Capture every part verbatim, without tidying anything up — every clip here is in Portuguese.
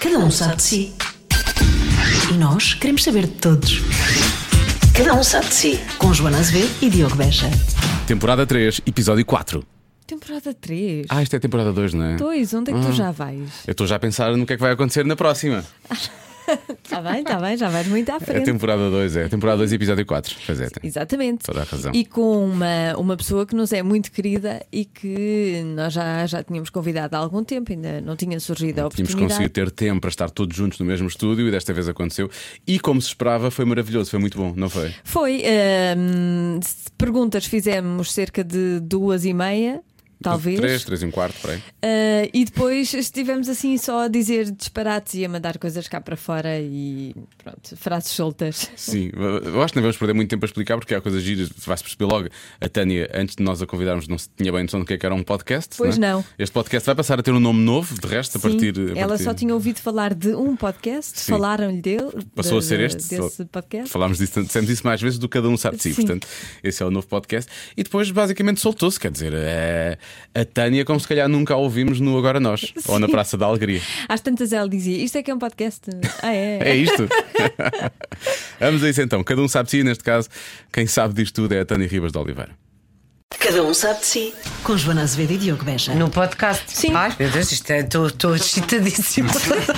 Cada um sabe de si. E nós queremos saber de todos. Cada um sabe de si. Com Joana Azevedo e Diogo Beja. Temporada três, episódio quatro. Temporada três? Ah, isto é temporada dois, não é? dois, onde é que ah. tu já vais? Eu estou já a pensar no que é que vai acontecer na próxima. Está bem, está bem, já vais muito à frente. É a temporada dois, é. A temporada dois, episódio quatro. Pois é, tem Exatamente. toda a razão. E com uma, uma pessoa que nos é muito querida e que nós já, já tínhamos convidado há algum tempo, ainda não tinha surgido a oportunidade. Tínhamos conseguido ter tempo para estar todos juntos no mesmo estúdio e desta vez aconteceu. E como se esperava, foi maravilhoso, foi muito bom, não foi? Foi. hum, perguntas fizemos cerca de duas e meia. Talvez. Três, três e um quarto, por aí. Uh, e depois estivemos assim só a dizer disparates e a mandar coisas cá para fora e pronto, frases soltas. Sim, eu acho que não vamos perder muito tempo a explicar porque há coisas giras, vai-se perceber logo. A Tânia, antes de nós a convidarmos, não se tinha bem noção do que é que era um podcast. Pois não, é? não. Este podcast vai passar a ter um nome novo, de resto, a Sim, partir. A ela partir... só tinha ouvido falar de um podcast, Sim. falaram-lhe dele. Passou de, a ser este. desse só... podcast. Falámos disso, dissemos isso mais vezes do que cada um sabe de si. Sim. Portanto, esse é o novo podcast. E depois, basicamente, soltou-se. Quer dizer, é... a Tânia, como se calhar nunca a ouvimos no Agora Nós. Sim. Ou na Praça da Alegria. Às tantas ela dizia: isto é que é um podcast. Ah, é? É isto. Vamos a isso então. Cada um sabe de si. Neste caso, quem sabe disto tudo é a Tânia Ribas de Oliveira. Cada um sabe de si. Com Joana Azevedo e Diogo Beja. No podcast. Sim. Ai, meu Deus, isto é. Estou excitadíssima.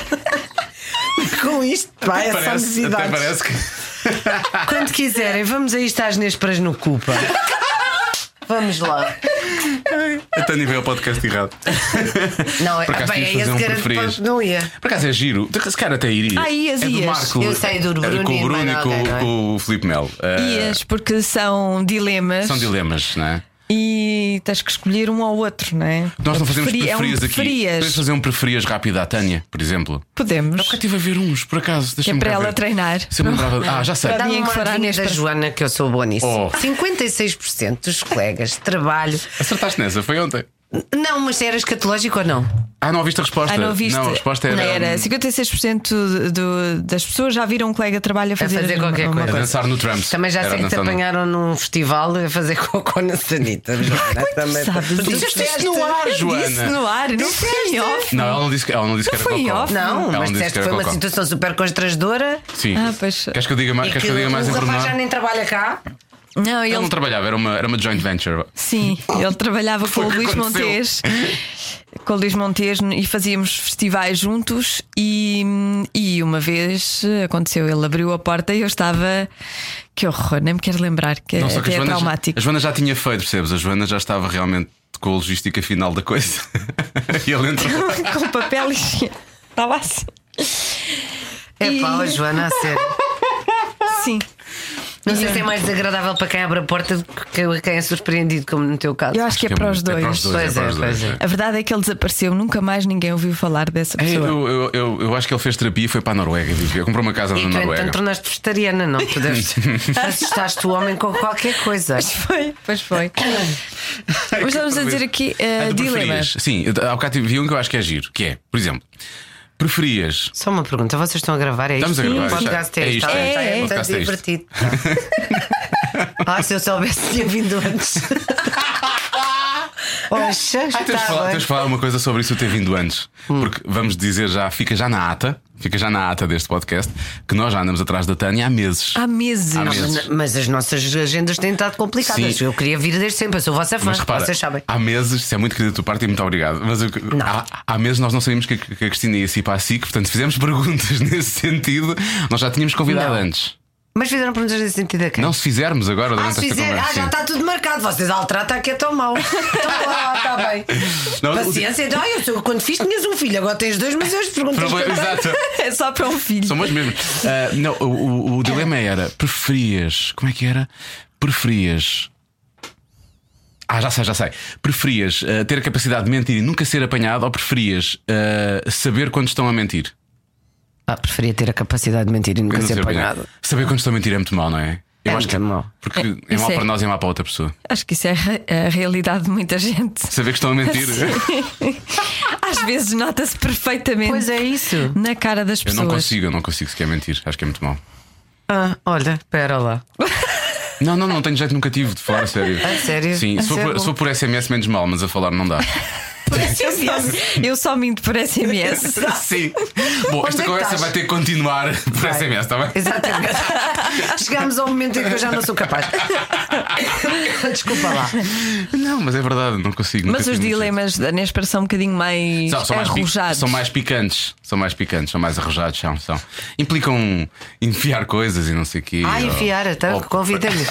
Com isto, pá, essa Parece, até novidade. parece que. Quando quiserem, vamos a isto às Nésperas no Cupa. Vamos lá. A Tânia veio ao podcast errado. Não, Por acaso bem, tinhas de é fazer esse um garanto preferias. que não ia. Por acaso é giro. Se calhar até iria. Ah, ias, é do ias. Marco. Eu sei do Bruno Com o e Bruno mais e com, alguém, não é? com o Filipe Melo. Uh, Ias, porque são dilemas. São dilemas, não é? E tens que escolher um ao outro, não é? Nós não fazemos Preferi- preferias é um aqui. preferias. Podemos fazer um preferias rápido à Tânia, por exemplo. Podemos. Eu nunca estive a ver uns, por acaso. Que é Deixa-me para cá ela ver. treinar. Se eu me lembrava. Ah, já sei. Para- Dá-me Tinha que uma falar adivinha nesta- da Joana que eu sou boa nisso. Oh. cinquenta e seis por cento dos colegas de trabalho. Acertaste nessa, foi ontem. Não, mas era escatológico ou não? Ah, não ouviste a resposta? Ah, não viste? Não, a resposta era. Não, era cinquenta e seis por cento do, do, das pessoas já viram um colega de trabalho a fazer, fazer qualquer uma, uma coisa. A dançar no Trumps. Também já Era sei que te dançar no- apanharam num festival a fazer cocô na sanita. Joana, também. sabes Tu disso? disseste Disseste no ar, Eu Joana. disse no ar, não foi em off. Não, ela não disse que, ela não disse que era foi em cocó. off. Não, Ela mas disse disseste que era foi uma cocó. situação super constrangedora. Sim. Ah, pois. Queres que eu diga mais, E queres que eu diga mais em o rapaz já pormenor? nem trabalha cá. Não, Ele ele, não trabalhava, era uma, era uma joint venture. sim, ele trabalhava com Foi o o que Luís aconteceu. Montes. Com o Luís Montes e fazíamos festivais juntos. E, e uma vez aconteceu, ele abriu a porta e eu estava. Que horror, nem me quero lembrar, que Não, só que até a é Joana, já, traumático. a Joana já tinha feito, percebes? A Joana já estava realmente com a logística final da coisa. E ele entrou. Com papel e estava assim. É E- pá, ó, Joana, a sério. Sim. Não sei se é mais desagradável para quem abre a porta do que quem é surpreendido, como no teu caso. Eu acho que é para os dois. É para os dois, Pois é para é, os dois. pois é. A verdade é que ele desapareceu, nunca mais ninguém ouviu falar dessa É, pessoa. eu, eu, eu, eu acho que ele fez terapia e foi para a Noruega. Viveu. Comprou uma casa E na tu, Noruega. então, tornaste vegetariana, não? Tu deves. Assustaste o homem com qualquer coisa. Foi, pois foi. Mas estamos a dizer aqui Ah, uh, tu dilema. preferias? Sim, há bocado vi um que eu acho que é giro. Que é, por exemplo, preferias. Só uma pergunta, vocês estão a gravar? É isto? Estamos a gravar, O podcast é é isto, isto. é isto, É, é é, isto. muito Podcast é isto. divertido. Ah, se eu soubesse, tinha vindo antes. Poxa, Ah, tens, de está falar, bem. tens de falar uma coisa sobre isso eu ter vindo antes. Porque vamos dizer já, fica já na ata, fica já na ata deste podcast, que nós já andamos atrás da Tânia há meses. Há meses. Há Não, meses. mas, mas as nossas agendas têm estado complicadas. Sim. Eu queria vir desde sempre, eu sou vossa fã, Mas repara, vocês sabem. há meses, isso é muito querido da tua parte e muito obrigado. Mas eu- há, há meses nós não sabíamos que, a- que a Cristina ia ir para a S I C, portanto fizemos perguntas nesse sentido. Nós já tínhamos convidado Não. antes. Mas fizeram perguntas nesse sentido a quem? Não, se fizermos agora Ah, durante se esta fizer, conversa. ah, já sim. está tudo marcado. Vocês alteram, está que é tão mau. Então, ah, está bem. Não, Paciência, então, eu, sou- quando fiz tinhas um filho, agora tens dois, mas eu as perguntas. Problema- Exato. É só para um filho. Somos mesmo. Ah, não, o, o, o dilema era: preferias. Como é que era? Preferias. Ah, já sei, já sei. Preferias ah, ter a capacidade de mentir e nunca ser apanhado ou preferias ah, saber quando estão a mentir? Ah, preferia ter a capacidade de mentir e nunca Não ser ser apanhado. Saber quando estão a mentir é muito mau, não é? Eu É acho que muito mau. Porque é, É, mau isso é. para nós e é mau para outra pessoa. Acho que isso é a, a realidade de muita gente. Saber que estão a mentir. Às vezes nota-se perfeitamente Pois é isso. na cara das Eu pessoas. não consigo, eu não consigo sequer mentir. Acho que é muito mau. Ah, olha, espera lá. Não, não, não tenho jeito, nunca tive de falar a sério. A sério? Sim, A se for, por, sério? se for por S M S, menos mal, mas a falar não dá. Pois S M S. Eu só minto por S M S. Sim. Bom, Onde esta é que conversa estás? vai ter que continuar por Vai. S M S, está bem? Exatamente. Chegámos ao momento em que eu já não sou capaz. Desculpa lá. Não, mas é verdade, não consigo. nunca Mas os tive muito dilemas da Nespera são um bocadinho mais São, são, mais pi- arrojados. são mais picantes, são mais picantes, são mais arrojados, são, são. Implicam enfiar coisas e não sei o quê. Ah, ou- enfiar, então ou- convida-me.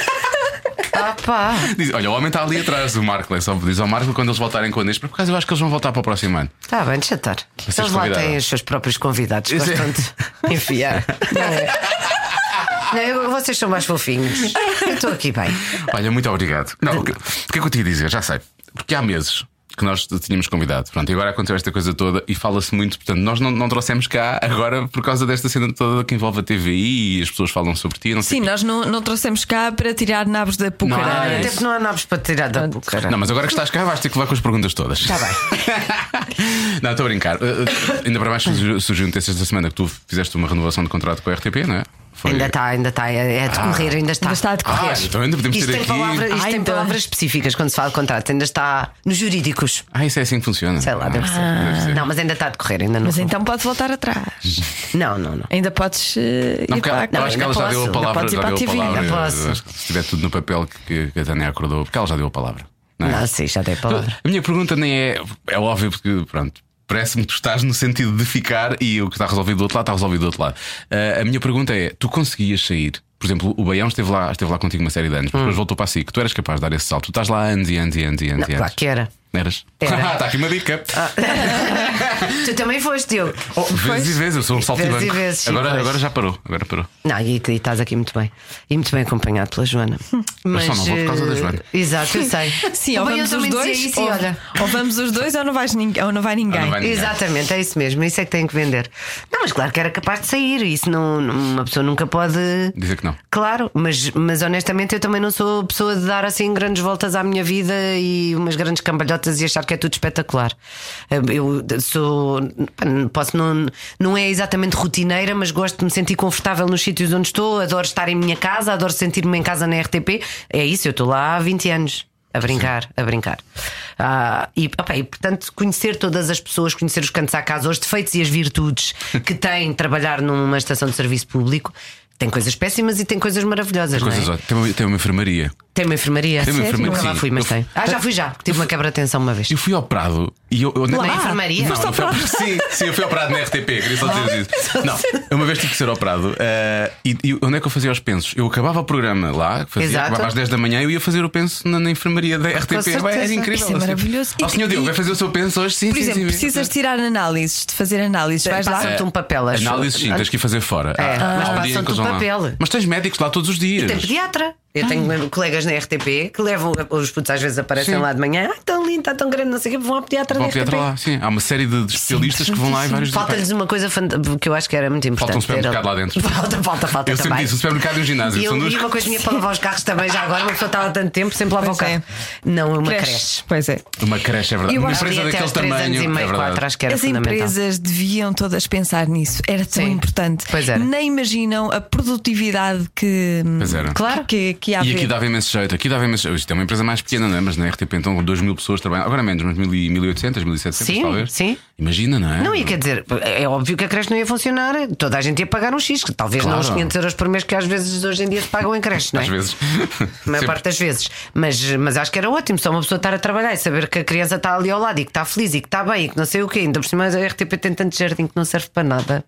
Ah, pá. Diz, olha, o homem está ali atrás, o Marco. Só diz ao Marco quando eles voltarem com eles. Por acaso eu acho que eles vão voltar para o próximo ano. Está bem, deixa estar. Vocês Eles lá convidaram. têm os seus próprios convidados. Isso é- Gostam de enfiar. Não é? Não, eu- vocês são mais fofinhos. Eu estou aqui bem. Olha, muito obrigado. Não, o que, o que é que eu te ia dizer? Já sei. Porque há meses que nós te tínhamos convidado. Pronto, e agora aconteceu esta coisa toda e fala-se muito. Portanto, nós não, não trouxemos cá agora por causa desta cena toda que envolve a T V I e as pessoas falam sobre ti. Não sei Sim, o quê. nós não, não trouxemos cá para tirar nabos da Não púcara. há- Ah, é até isso. porque não há naves para tirar da boca. Não, mas agora que estás cá vais ter que levar com as perguntas todas. Está bem. Não, estou a brincar. Uh, uh, ainda para mais surgiu, surgiu notícia esta semana que tu fizeste uma renovação de contrato com a R T P, não é? Foi- Ainda está, ainda está. É é a decorrer, ainda está. Ainda está a decorrer. Ah, então ainda podemos Isto ter tem, aqui. palavra, isto Ah, tem então. palavras específicas quando se fala de contrato. Ainda está nos jurídicos. Ah, isso é assim que funciona. Sei lá, deve ser. deve ser. Não, mas ainda está a decorrer. Ainda não. Mas foi. então pode voltar atrás. Não, não, não. Ainda podes eh, Não, ir porque para ela, a eu acho que ainda ela já deu a posso. palavra. Ainda podes ir Já para a deu a T V. palavra. Ainda Eu posso. acho que se tiver tudo no papel que, que a Tânia acordou, porque ela já deu a palavra. Não é? Não, sim, já dei a palavra. A minha pergunta nem é. É óbvio, porque pronto. Parece-me que tu estás no sentido de ficar e o que está resolvido do outro lado está resolvido do outro lado. Ah, a minha pergunta é: tu conseguias sair? Por exemplo, o Baião esteve lá, esteve lá contigo uma série de anos, mas depois voltou para si, que tu eras capaz de dar esse salto. Tu estás lá há anos e anos e anos e anos. Não, e anos. claro que era. Eras? Era. Ah, está aqui uma dica. Tu também foste, Diogo. Oh, vezes e vezes, eu sou um salto Vezes e banco. vezes, sim, agora, pois. agora já parou. Agora parou. Não, e, e estás aqui muito bem. E muito bem acompanhado pela Joana. Mas só não vou por causa da eh, Joana. Exato, eu sei. Sim, O ou Baião vamos os também dizia dois, isso e ou, olha. ou vamos os dois ou não, vais ninguém, ou não vai ninguém. Ou não vai ninguém. Exatamente, é isso mesmo. Isso é que tem que vender. Não, mas claro que era capaz de sair. Isso não, não- uma pessoa nunca pode. Dizer que não. Claro, mas, mas honestamente eu também não sou pessoa de dar assim grandes voltas à minha vida e umas grandes cambalhotas e achar que é tudo espetacular. Eu sou. Posso não, não é exatamente rotineira, mas gosto de me sentir confortável nos sítios onde estou. Adoro estar em minha casa, adoro sentir-me em casa na R T P. É isso, eu estou lá há vinte anos. A brincar, a brincar. Ah, e, opa, e portanto, conhecer todas as pessoas, conhecer os cantos à casa, os defeitos e as virtudes que tem trabalhar numa estação de serviço público. Tem coisas péssimas e tem coisas maravilhosas, não é? Coisas ótimas. Tem uma, tem uma enfermaria. Tem uma enfermaria. Tem uma enfermaria, Nunca lá sim. fui, mas Eu- tem. Ah, já fui já. Tive uma quebra-tensão uma vez. Eu fui ao Prado e eu. eu Na enfermaria? Não, Foste não ao fui ao- sim, sim, eu fui ao Prado na R T P, queria só dizer isso. Não, eu uma vez tive que ser ao Prado eh, e, e onde é que eu fazia os pensos? Eu acabava o programa lá, fazia, Exato. acabava às dez da manhã e eu ia fazer o penso na, na enfermaria da R T P. certeza. Ué, era incrível. Isso é assim. maravilhoso. Ó, senhor E- Diogo, e- vai fazer o seu penso hoje? Sim, Por sim, exemplo, sim, precisas tirar análises, de fazer análises, vais lá. Passam-te um papel, acho. Análises sim, tens que ir fazer fora. É, Há- mas há um dia em passam-te que eles o vão lá. papel. Mas tens médicos lá todos os dias. Tem pediatra. Eu tenho colegas na R T P que levam os putos, às vezes aparecem Sim. lá de manhã. Ah, tão lindo, está tão grande, não sei o quê. Vão ao pediatra Vão da ao R T P. pediatra lá, sim. Há uma série de de especialistas que vão lá e vários dias. Falta-lhes uma coisa fant- que eu acho que era muito importante. um supermercado Era- lá dentro. Falta, falta, falta Eu sempre também. disse, um supermercado e um ginásio, E, são eu, duas e uma coisa minha para lavar os carros também, já agora. Uma pessoa estava há tanto tempo, sempre lava o Pois é. carro. Não, uma Creche. creche. Pois é. Uma creche, é verdade. Eu Uma acho empresa Ali até daquele aos três tamanho. anos e meio, é verdade. quatro, acho que era As fundamental. empresas deviam todas pensar nisso. Era tão Sim. importante. Pois era. Nem imaginam a produtividade que, Pois era. Claro. que, que há a E aqui ver. dava imenso jeito, aqui dava imenso jeito. Isto é uma empresa mais pequena, não é? Mas na R T P então dois mil pessoas trabalham, agora menos, mas mil e oitocentos, mil e setecentos Sim, talvez. sim. Imagina, não é? Não, e quer dizer, é óbvio que a creche não ia funcionar, toda a gente ia pagar um X, que talvez Claro. não os quinhentos euros por mês que às vezes hoje em dia se pagam em creche, não é? Às vezes. A maior Sempre. parte das vezes. Mas, mas acho que era ótimo só uma pessoa estar a trabalhar e saber que a criança está ali ao lado e que está feliz e que está bem e que não sei o quê. Ainda por cima a R T P tem tanto jardim que não serve para nada.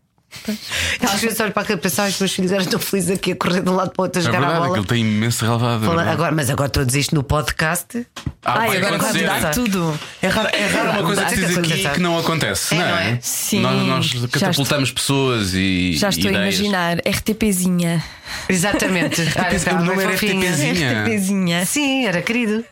Às vezes olho para aquilo e penso, "Ai, os meus filhos eram tão felizes aqui a correr de um lado para o outro a É jogar a verdade, bola." aquilo tem imenso relevado. é Fala- verdade. Agora, mas agora todos isto no podcast. Ah, Ai, vai agora vai acontecer. mudar tudo. É raro, é raro uma coisa que se diz Muita aqui coisa. que não acontece, É, não não é? é? Sim. Nós, nós Já catapultamos pessoas e. Já estou ideias. a imaginar. RTPzinha. Exatamente. Ah, O estava nome bem era fofinho. RTPzinha. RTPzinha. Sim, era querido.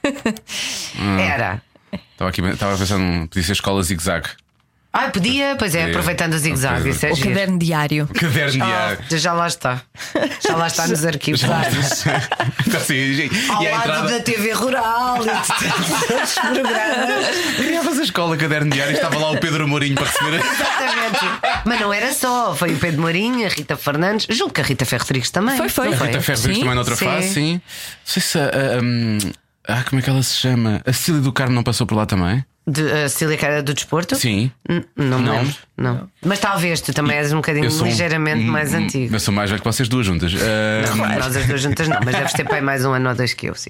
Era. Estava, aqui, estava a pensar num. Podia ser escola zigue-zague. Ah, podia, pois é, Podia. aproveitando o zigue-zague. Isso é O giro. caderno diário. Caderno Ah, diário. já lá está. Já lá está nos arquivos. Então, assim, e Ao a lado entrada. da T V Rural e de todos os programas. Criavas a escola caderno diário e estava lá o Pedro Mourinho para receber. Exatamente. Mas não era só. Foi o Pedro Mourinho, a Rita Fernandes. Julgo que a Rita Ferro Rodrigues também. Foi, foi. Não A Rita Ferro Rodrigues Sim, também noutra sim. fase, sim. Não sei se a. a- um, ah, como é que ela se chama? A Cecília do Carmo não passou por lá também? De, a Cília que era do desporto? Sim. N- não me Não. lembro. Não. Mas talvez tu também és um bocadinho Eu sou um- ligeiramente mais um- antigo. Eu sou mais velho que vocês duas juntas. Ah, Não, nós as duas juntas não, mas deves ter pai mais um ano ou dois que eu, sim.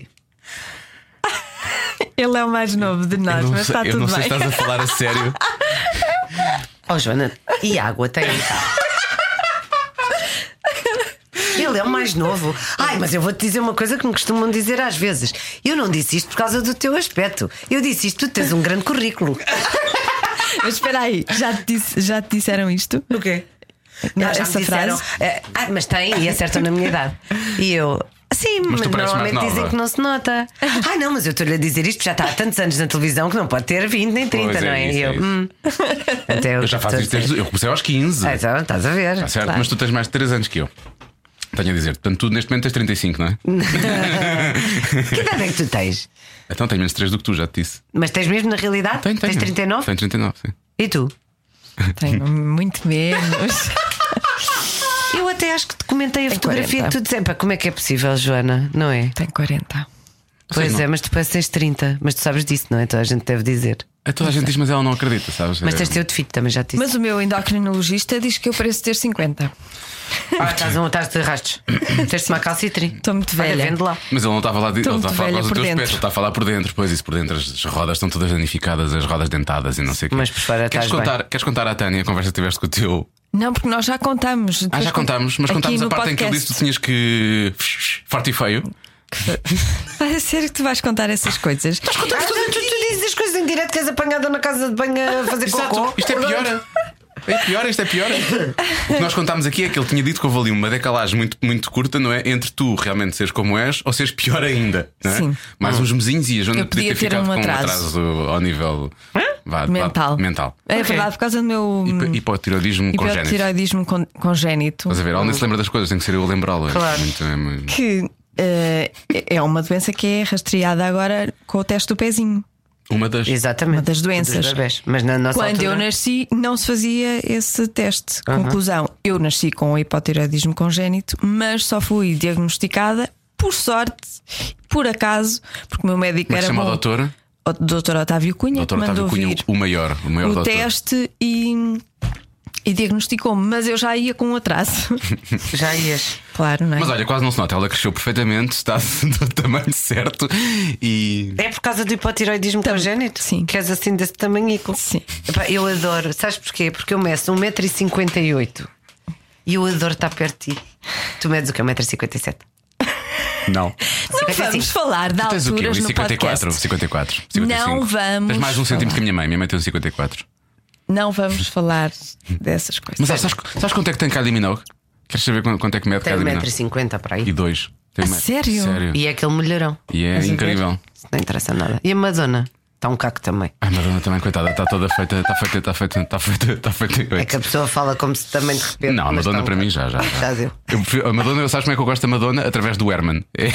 Ele é o mais novo de nós, eu não mas sei, está eu tudo não sei bem. se estás a falar a sério. Oh, Joana, e água tem cá? Ele é o mais novo. Ai, mas eu vou-te dizer uma coisa que me costumam dizer às vezes. Eu não disse isto por causa do teu aspecto. Eu disse isto, tu tens um grande currículo. Mas espera aí, já te, disse- já te disseram isto? O quê? Não, já me Essa disseram. frase? eh, ah, mas tem e acertam na minha idade. E eu. Sim, mas, tu pareces mais normalmente nova. dizem que não se nota. Ai, não, mas eu estou-lhe a dizer isto porque já está há tantos anos na televisão que não pode ter vinte nem trinta, Pois é não é? isso, E eu, é isso. hum. Até Eu já faço isto desde. Eu comecei aos quinze. Ah, então, estás a ver? Está certo, Claro. mas tu tens mais de três anos que eu. Tenho a dizer, portanto, tu neste momento tens trinta e cinco, não é? Que idade é que tu tens? Então tenho menos três do que tu, já te disse. Mas tens mesmo na realidade? Tenho, tenho. Tens trinta e nove? Tenho trinta e nove, sim. E tu? Tenho muito menos. Eu até acho que te comentei a Tem fotografia quarenta. e tu dizes, como é que é possível, Joana? Não é? Tenho quarenta. Pois não. é, mas tu pareces trinta. Mas tu sabes disso, não é? Toda a gente deve dizer. A toda a gente diz, mas ela não acredita, sabes? Mas É- tens teu defeito, também já te disse. Mas o meu endocrinologista diz que eu pareço ter cinquenta. Ah, estás um estás de rastos. Tens de tomar calcitrim. Estou muito Olha, velha. vende lá. Mas ele não está a falar, de, ele Estou está a muito falar por velha causa do por teu dentro. aspecto, ele está a falar por dentro. Pois isso, por dentro as rodas estão todas danificadas, as rodas dentadas e não sei o quê. Mas por fora queres estás contar, queres contar à Tânia a conversa que tiveste com o teu. Não, porque nós já contamos. Ah, já contámos, mas Aqui contámos a no parte em que ele disse que tu tinhas que. Forte e feio. Vai ser que tu vais contar essas coisas. Ah, tu, tu dizes as coisas em direto que és apanhada na casa de banho a fazer cocô. Exato, isto é pior. É pior, isto é pior. O que nós contámos aqui é que ele tinha dito que houve ali uma decalagem muito, muito curta, não é? Entre tu realmente seres como és ou seres pior ainda, não é? Sim. Mais uns mesinhos e a Joana Eu podia ter podia ter ficado um com um atraso. atraso ao nível vá, Mental. vá, mental. É Ok. verdade, por causa do meu Hipo- Hipotiroidismo congénito. hipotiroidismo con- congénito. Estás a ver? Ela nem se lembra das coisas, tem que ser eu a lembrá-la. Claro. É muito- é muito- Que eh, é uma doença que é rastreada agora com o teste do pezinho. Uma das. Exatamente. Uma das doenças. Dos bebés. Mas na nossa Quando eu altura... nasci, não se fazia esse teste. Conclusão: eu nasci com o hipotiroidismo congénito, mas só fui diagnosticada, por sorte, por acaso, porque o meu médico Como é que era se chama bom. a doutora? O doutor Otávio Cunha, Doutor que mandou Otávio Cunha, vir o maior, o maior o doutor. teste e, e diagnosticou-me, mas eu já ia com um atraso. Já ias. Claro, não é? Mas olha, quase não se nota, ela cresceu perfeitamente, está do tamanho certo e. É por causa do hipotiroidismo congénito? sim. Que és assim desse tamanhico? Sim. Epá, eu adoro. Sabes porquê? Porque eu meço um metro e cinquenta e oito e eu adoro estar perto de ti. Tu medes o que? um metro e cinquenta e sete. Não. Não vamos falar de Tu tens o quê? alturas no cinquenta e quatro, podcast. cinquenta e quatro, cinquenta e cinco. Não vamos Tens mais um centímetro falar. que a minha mãe, minha mãe tem um cinquenta e quatro. Não vamos falar dessas coisas. Mas sabes, sabes quanto é que tem Kylie Minogue? Queres saber quanto quanto é que mede Tem um Kylie metro e Minogue? cinquenta para aí. E dois. Tem A um metro. sério? Sério. E é aquele mulherão. E é Estás a ver? incrível. Isso não interessa nada. E a Madonna? Está um caco também. Ai, Madonna também, coitada, está toda feita, está feita, está feita, está feita, está feita. É que a pessoa fala como se também de repente. Não, a mas Madonna está um para mim caco. já, já. já. Já deu. Eu prefiro- a Madonna, sabes como é que eu gosto da Madonna? Através do Herman. É,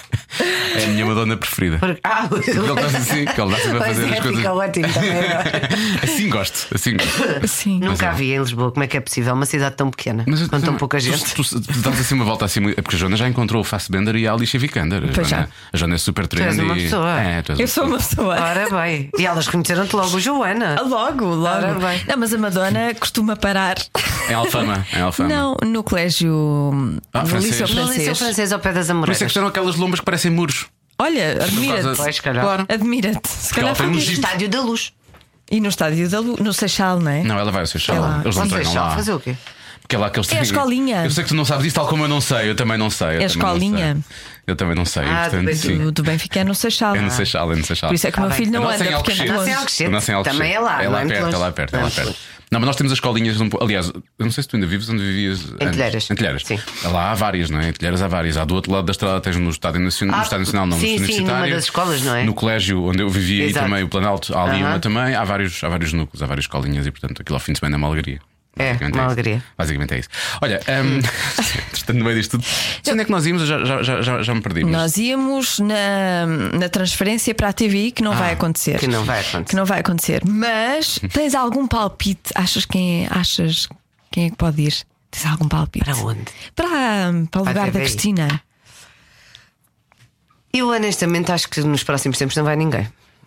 é a minha Madonna preferida. Porque- Ah, Porque ele gosta assim, que ele dá sempre a Pois fazer é, as coisas. fica ótimo também agora. Assim gosto, assim gosto. Sim. Nunca é. vi em Lisboa. Como é que é possível? Uma cidade tão pequena, eu- com tão tu- pouca tu- gente. Tu, tu, tu dás assim uma volta assim muito. É porque a Joana já encontrou o Fassbender e a Alicia Vikander. A Pois Joana, já. a Joana é super trendy. és uma pessoa. É, tu és Eu sou uma pessoa. Ora bem. E elas reconheceram-te logo, Joana. Ah, Logo, Ora logo. bem. Não, mas a Madonna costuma parar. Em Alfama. Em Alfama. Não, no colégio Ah, no francês. Liceu No Liceu Francês. Francês ao pé das Por isso é Amoreiras. que estão aquelas lombas que parecem muros. Olha, Por causa- admira-te. Pois, calhar. Claro. Admira-te. Se ela calhar tem foi um mesmo. giro. Estádio da Luz. E no estádio da Luz, no Seixal, não é? Não, ela vai ao Seixal. Ela- Eles não Não sei, treinam já lá. fazer o quê? Porque é lá que eles É a têm- escolinha. Eu sei que tu não sabes isso, tal como eu não sei. Eu também não sei. eu É a também não escolinha. sei. Eu também não sei. Ah, portanto, do sim. Do, do Benfica é no Seixal. É no Seixal, é no Seixal. Por isso é que o Ah, meu bem. filho não A nossa anda, é em porque é muito Alcochete. Nossa, é longe. Alcochete. A nossa é em Alcochete. Também é lá, É não lá é muito perto, é longe. lá perto, é Não lá é perto. longe. Não, mas nós temos as escolinhas. um po- Aliás, eu não sei se tu ainda vives onde vivias. antes. Telheiras. Em Telheiras. Sim. Lá há várias, não é? Em Telheiras há várias. Há do outro lado da estrada, tens no Estádio Nacional, Ah, no Estádio Nacional, não, sim, no sim, Universitário. numa das escolas, não é? No colégio onde eu vivia Exato. e também o Planalto, há ali Aham. uma também. Há vários, há vários núcleos, há várias escolinhas e, portanto, aquilo ao fim de semana é uma alegria. É, Basicamente uma isso. alegria. Basicamente é isso. Olha, um, estando no meio disto tudo, sei onde é que nós íamos? Eu Já, já, já, já, já me perdi. mas- Nós íamos na, na transferência para a T V I, que não vai acontecer. Que não vai acontecer. Que não vai acontecer. Mas tens algum palpite? Achas quem é, achas quem é que pode ir? Tens algum palpite? Para onde? Para, para o Para a lugar T V da I. Cristina. Eu honestamente acho que nos próximos tempos não vai ninguém.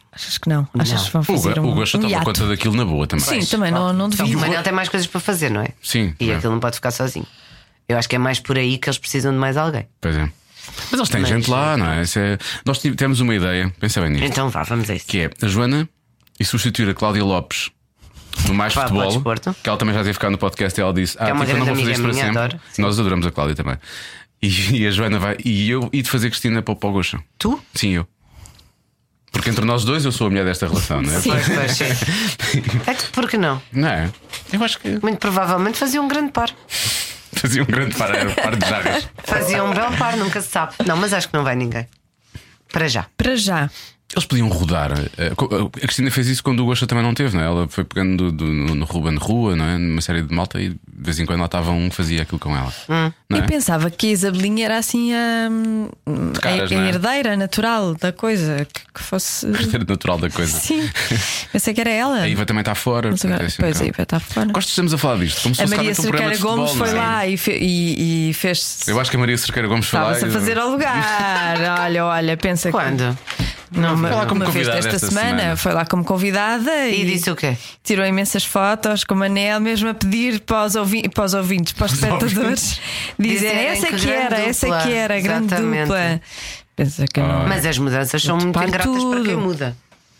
Achas que não? Achas Não. que vão O fazer Ga- um, o Gosta um toma hiato? conta daquilo na boa também. Sim, também não, não O duvido. Manel tem mais coisas para fazer, não é? Sim. E é. aquilo não pode ficar sozinho. Eu acho que é mais por aí que eles precisam de mais alguém. Pois é. Mas eles têm Mas- gente lá, não é? Isso é- Nós tive- temos uma ideia, pensa bem nisto, Então vá, vamos a isso. que é a Joana e substituir a Cláudia Lopes no Mais Vá para o Futebol, desporto. que ela também já teve ficar no podcast e ela disse: Ah, é uma tipo, eu não vou grande fazer isto para amiga sempre. minha, adoro. Sim. Nós adoramos a Cláudia também. E, e a Joana vai. E eu e de fazer Cristina para o Pau Goxa. Tu? Sim, eu. Porque entre nós dois eu sou a mulher desta relação, não é? Pois, pois, sim. É que por que não? Não é? Eu acho que Muito provavelmente fazia um grande par. fazia um grande par, era um par de jarras. Fazia um belo par, nunca se sabe. Não, mas acho que não vai ninguém. Para já. Para já. Eles podiam rodar. eh, A Cristina fez isso quando o Gosta também não teve, não é? Ela foi pegando do, do, no Ruben Rua, não é? Numa série de malta e de vez em quando lá estava um que fazia aquilo com ela. Hum. Não é? Eu pensava que a Isabelinha era assim a, a- caras, a não é? herdeira natural da coisa, que, que fosse. Era natural da coisa. Sim, pensei que era ela. A Iva também está fora. Mas agora- portanto, é assim um pois a bocado. Iva está fora. Gosto de estamos a falar disto. Como se A fosse Maria realmente um programa Cerqueira de Gomes futebol, foi não é? lá e, fe- e, e fez. Eu acho que a Maria Cerqueira Gomes foi lá. Estava-se a e- fazer ao lugar. Olha, olha, pensa Quando? que. Não, uma, Foi lá como uma vez convidada desta esta semana, semana. foi lá como convidada E e, disse o quê? tirou imensas fotos com o Manel, mesmo a pedir para os, ouvi para os ouvintes, para os espectadores, dizer Dizerem essa que que grande era, essa dupla. que era, a grande Exatamente. dupla. Pensa que não. Mas as mudanças são muito Para ingratas para quem tudo. muda.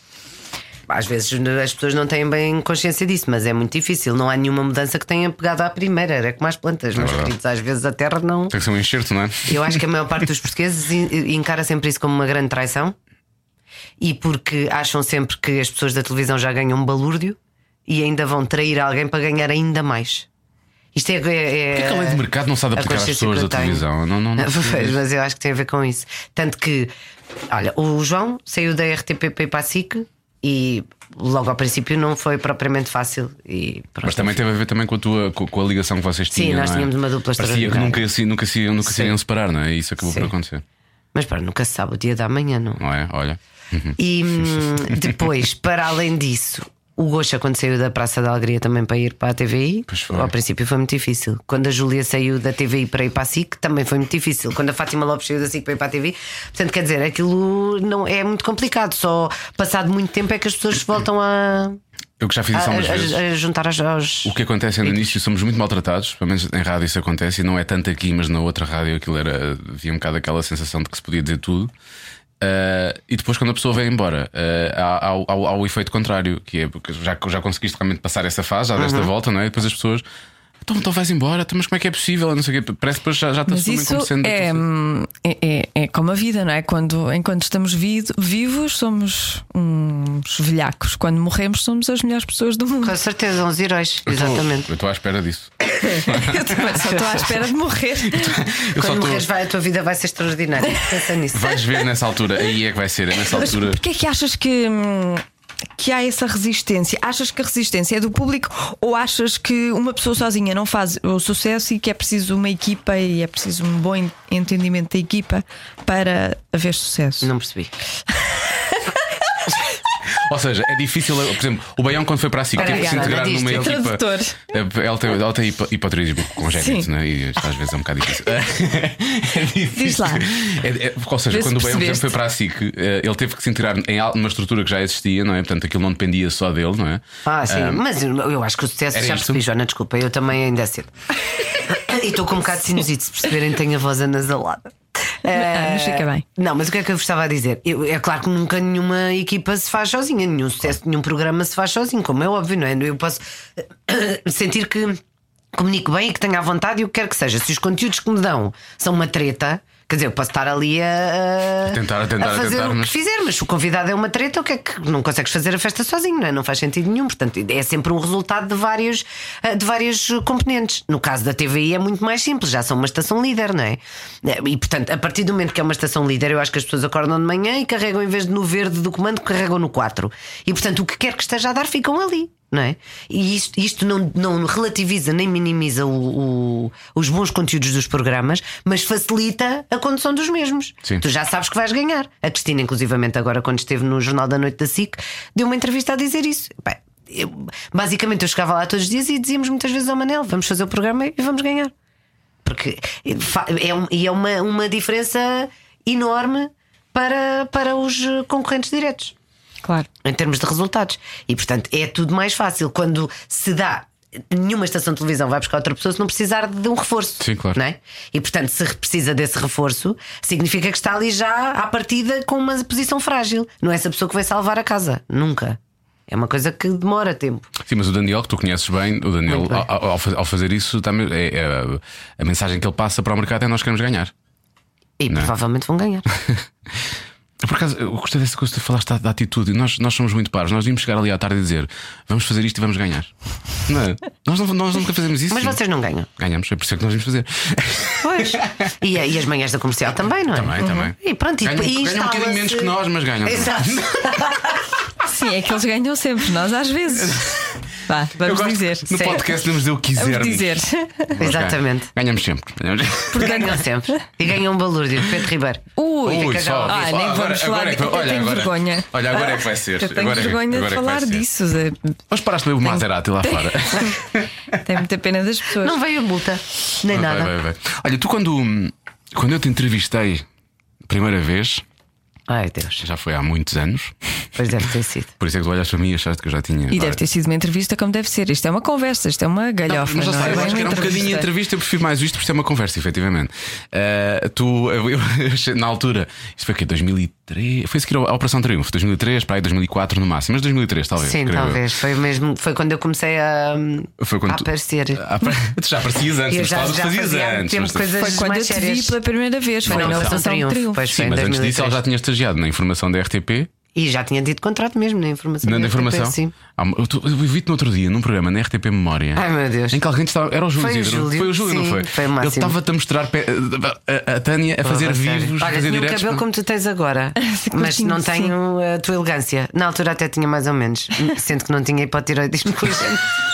Às vezes as pessoas não têm bem consciência disso, mas é muito difícil. Não há nenhuma mudança que tenha pegado à primeira. Era como as plantas, meus verdade. queridos. Às vezes a terra não. Tem que ser um enxerto, não é? Eu acho que a maior parte dos portugueses en- encara sempre isso como uma grande traição. E porque acham sempre que as pessoas da televisão já ganham um balúrdio e ainda vão trair alguém para ganhar ainda mais. Isto é. é, é Porquê que a lei de mercado não sabe a aplicar às consciência pessoas que da eu tenho. televisão? Não, não, não. Pois, mas eu acho que tem a ver com isso. Tanto que, olha, o João saiu da R T P para ir para a S I C e logo ao princípio não foi propriamente fácil. E pronto. Mas também teve a ver também com a, tua, com, com a ligação que vocês Sim, tinham. nós não é? tínhamos uma dupla Parecia que extraordinária. nunca, se- nunca, se, nunca se Sim. iriam separar, não é? E isso acabou Sim. por acontecer. Mas para nunca se sabe o dia da manhã, não. Não é? Olha. E hum, depois, para além disso, o Goxa, quando saiu da Praça da Alegria também para ir para a T V I, Pois foi. ao princípio foi muito difícil. Quando a Júlia saiu da T V I para ir para a S I C, também foi muito difícil. Quando a Fátima Lopes saiu da S I C para ir para a T V I, portanto, quer dizer, aquilo não é muito complicado. Só passado muito tempo é que as pessoas se voltam a, Eu que já fiz isso a, algumas a- vezes. a juntar aos. aos... O que acontece é no início, somos muito maltratados, pelo menos em rádio isso acontece, e não é tanto aqui, mas na outra rádio aquilo era. Havia um bocado aquela sensação de que se podia dizer tudo. Uh, e depois, quando a pessoa vai embora, uh, há, há, há, há o efeito contrário, que é porque já, já conseguiste realmente passar essa fase, já desta volta, não é? E depois as pessoas. Então, então vais embora, então, mas como é que é possível? Não sei o quê. Parece que depois já, já te Mas assumem isso como sendo. é, hum, é, é, é como a vida, não é? Quando, enquanto estamos vi- vivos, somos uns velhacos. Quando morremos, somos as melhores pessoas do mundo. Com certeza, uns heróis. Eu estou- Exatamente. Eu estou à espera disso. Eu também só estou à espera de morrer. Eu só Quando estou. morreres, vai, a tua vida vai ser extraordinária. Pensa nisso. Vais ver nessa altura, aí é que vai ser, é nessa Mas altura. porquê é que achas que, hum, que há essa resistência? Achas que a resistência é do público ou achas que uma pessoa sozinha não faz o sucesso e que é preciso uma equipa e é preciso um bom en- entendimento da equipa para haver sucesso? Não percebi. Ou seja, é difícil, por exemplo, o Baião quando foi para a S I C teve que se Obrigada, integrar numa diz-te. equipa. Tradutor. Ela tem, ela tem hipo- hipotireoidismo congénito, Sim. né? E isto às vezes é um bocado difícil. É difícil. Diz lá. É- é- ou seja, Vê se quando o Baião por exemplo, percebeste. foi para a S I C, eh, ele teve que se integrar em al- numa estrutura que já existia, não é? Portanto, aquilo não dependia só dele, não é? Ah, sim, Ah, mas eu, eu acho que o sucesso era já isto? percebi, Joana, desculpa, eu também ainda é cedo. E estou com um bocado de sinusite, se perceberem, tenho a voz anasalada. Ah, mas fica bem. Não, mas o que é que eu vos estava a dizer? Eu- é claro que nunca nenhuma equipa se faz sozinha, nenhum sucesso, nenhum programa se faz sozinho, como é óbvio, não é? Eu posso eh, sentir que comunico bem e que tenho à vontade e o que quer que seja. Se os conteúdos que me dão são uma treta, quer dizer, eu posso estar ali a, A tentar, a tentar, a fazer tentar, o que mas- fizer, mas se o convidado é uma treta, o que é que não consegues fazer a festa sozinho, não é? Não faz sentido nenhum. Portanto, é sempre um resultado de vários, eh, de vários componentes. No caso da T V I é muito mais simples, já são uma estação líder, não é? E portanto, a partir do momento que é uma estação líder, eu acho que as pessoas acordam de manhã e carregam, em vez de no verde do comando, carregam no quatro. E portanto, o que quer que esteja a dar, ficam ali. Não é? E isto, isto não, não relativiza nem minimiza o, o- os bons conteúdos dos programas, mas facilita a condução dos mesmos. Sim. Tu já sabes que vais ganhar. A Cristina, inclusivamente, agora, quando esteve no Jornal da Noite da S I C, deu uma entrevista a dizer isso. Bem, eu- basicamente, eu chegava lá todos os dias e dizíamos muitas vezes ao Manel: vamos fazer o programa e vamos ganhar. Porque fa- é, um- e é uma, uma diferença enorme para, para os concorrentes diretos. Claro. Em termos de resultados. E portanto é tudo mais fácil quando se dá. Nenhuma estação de televisão vai buscar outra pessoa se não precisar de um reforço. Sim, claro. Não é? E portanto, se precisa desse reforço, significa que está ali já à partida com uma posição frágil. Não é essa pessoa que vai salvar a casa. Nunca. É uma coisa que demora tempo. Sim, mas o Daniel, que tu conheces bem, o Daniel, Muito bem. ao, ao, ao fazer isso, também é, é, a mensagem que ele passa para o mercado é: nós queremos ganhar. E Não é? provavelmente vão ganhar. Por acaso, eu gostei dessa coisa que tu falaste da, da atitude. Nós, nós somos muito paros. Nós devíamos chegar ali à tarde e dizer: vamos fazer isto e vamos ganhar. Não é? nós, não, nós nunca fazemos isso. Mas vocês não ganham. Ganhamos, é por isso que nós vamos fazer. Pois. E, e as manhãs da comercial também, não é? Também, também. E pronto, e, Ganham, e ganham um bocadinho instala-se- menos que nós, mas ganham. Exato. Sim, é que eles ganham sempre, nós às vezes. Vá, Eu vamos gosto dizer. No Sim. podcast podemos dizer o que quisermos. Vamos dizer. Nós Exatamente. Ganhamos sempre. Ganhamos... Ganham sempre. E ganham um balúrdio, Pedro Ribeiro. Ui, Ui, fica já só, ao Ah, só, nem agora- vamos falar. agora é que- Eu olha, tenho agora- vergonha. Olha, agora é que vai ser. Eu tenho Agora é que- vergonha agora de é que vai falar ser. disso. Zé. Mas paraste de ver o Maserati lá fora. Tem muita pena das pessoas. Não veio a multa, nem Vai, nada. vai, vai. Olha, tu quando, quando eu te entrevistei a primeira vez, Ai Deus, já foi há muitos anos, pois deve ter sido. por isso é que tu olhas para mim e achaste que eu já tinha. E Agora- deve ter sido uma entrevista como deve ser. Isto é uma conversa, isto é uma Não, galhofa. mas já não sei, é eu bem acho que uma era um bocadinho entrevista. entrevista, eu prefiro mais isto porque isto é uma conversa, efetivamente. Uh, tu, eu, eu achei- na altura, isto foi o quê? dois mil e três? Foi a seguir à Operação Triunfo, dois mil e três, para aí dois mil e quatro no máximo, mas dois mil e três talvez. Sim, creio eu. talvez. Foi mesmo. Foi quando eu comecei a, Foi quando a tu- aparecer. Ah, tu já aparecias antes, Eu mas já, falavas que já fazias fazia há antes. tempo mas- coisas Foi quando mais eu te vi sérias. pela primeira vez. Foi Foi na na Operação Operação Triunfo. Pois Sim, foi em mas antes disso ela dois mil e três. já tinha estagiado na informação da R T P. E já tinha tido contrato mesmo na informação. Na, na da R T P, informação. Sim. Ah, eu, tu- eu vi-te no outro dia num programa na R T P Memória. Ai, meu Deus. Em que alguém te estava. Era o Júlio. Foi o Isidro. Júlio, Foi o Júlio, não sim, foi? foi o Ele máximo. estava-te a mostrar pe- a, a- a Tânia a fazer Porra, sério. vivos, a Olha, fazer tinha um diretos. cabelo como tu tens agora, mas curtinho, não sim. tenho a tua elegância. Na altura até tinha mais ou menos, sendo que não tinha hipotiroidismo com isso.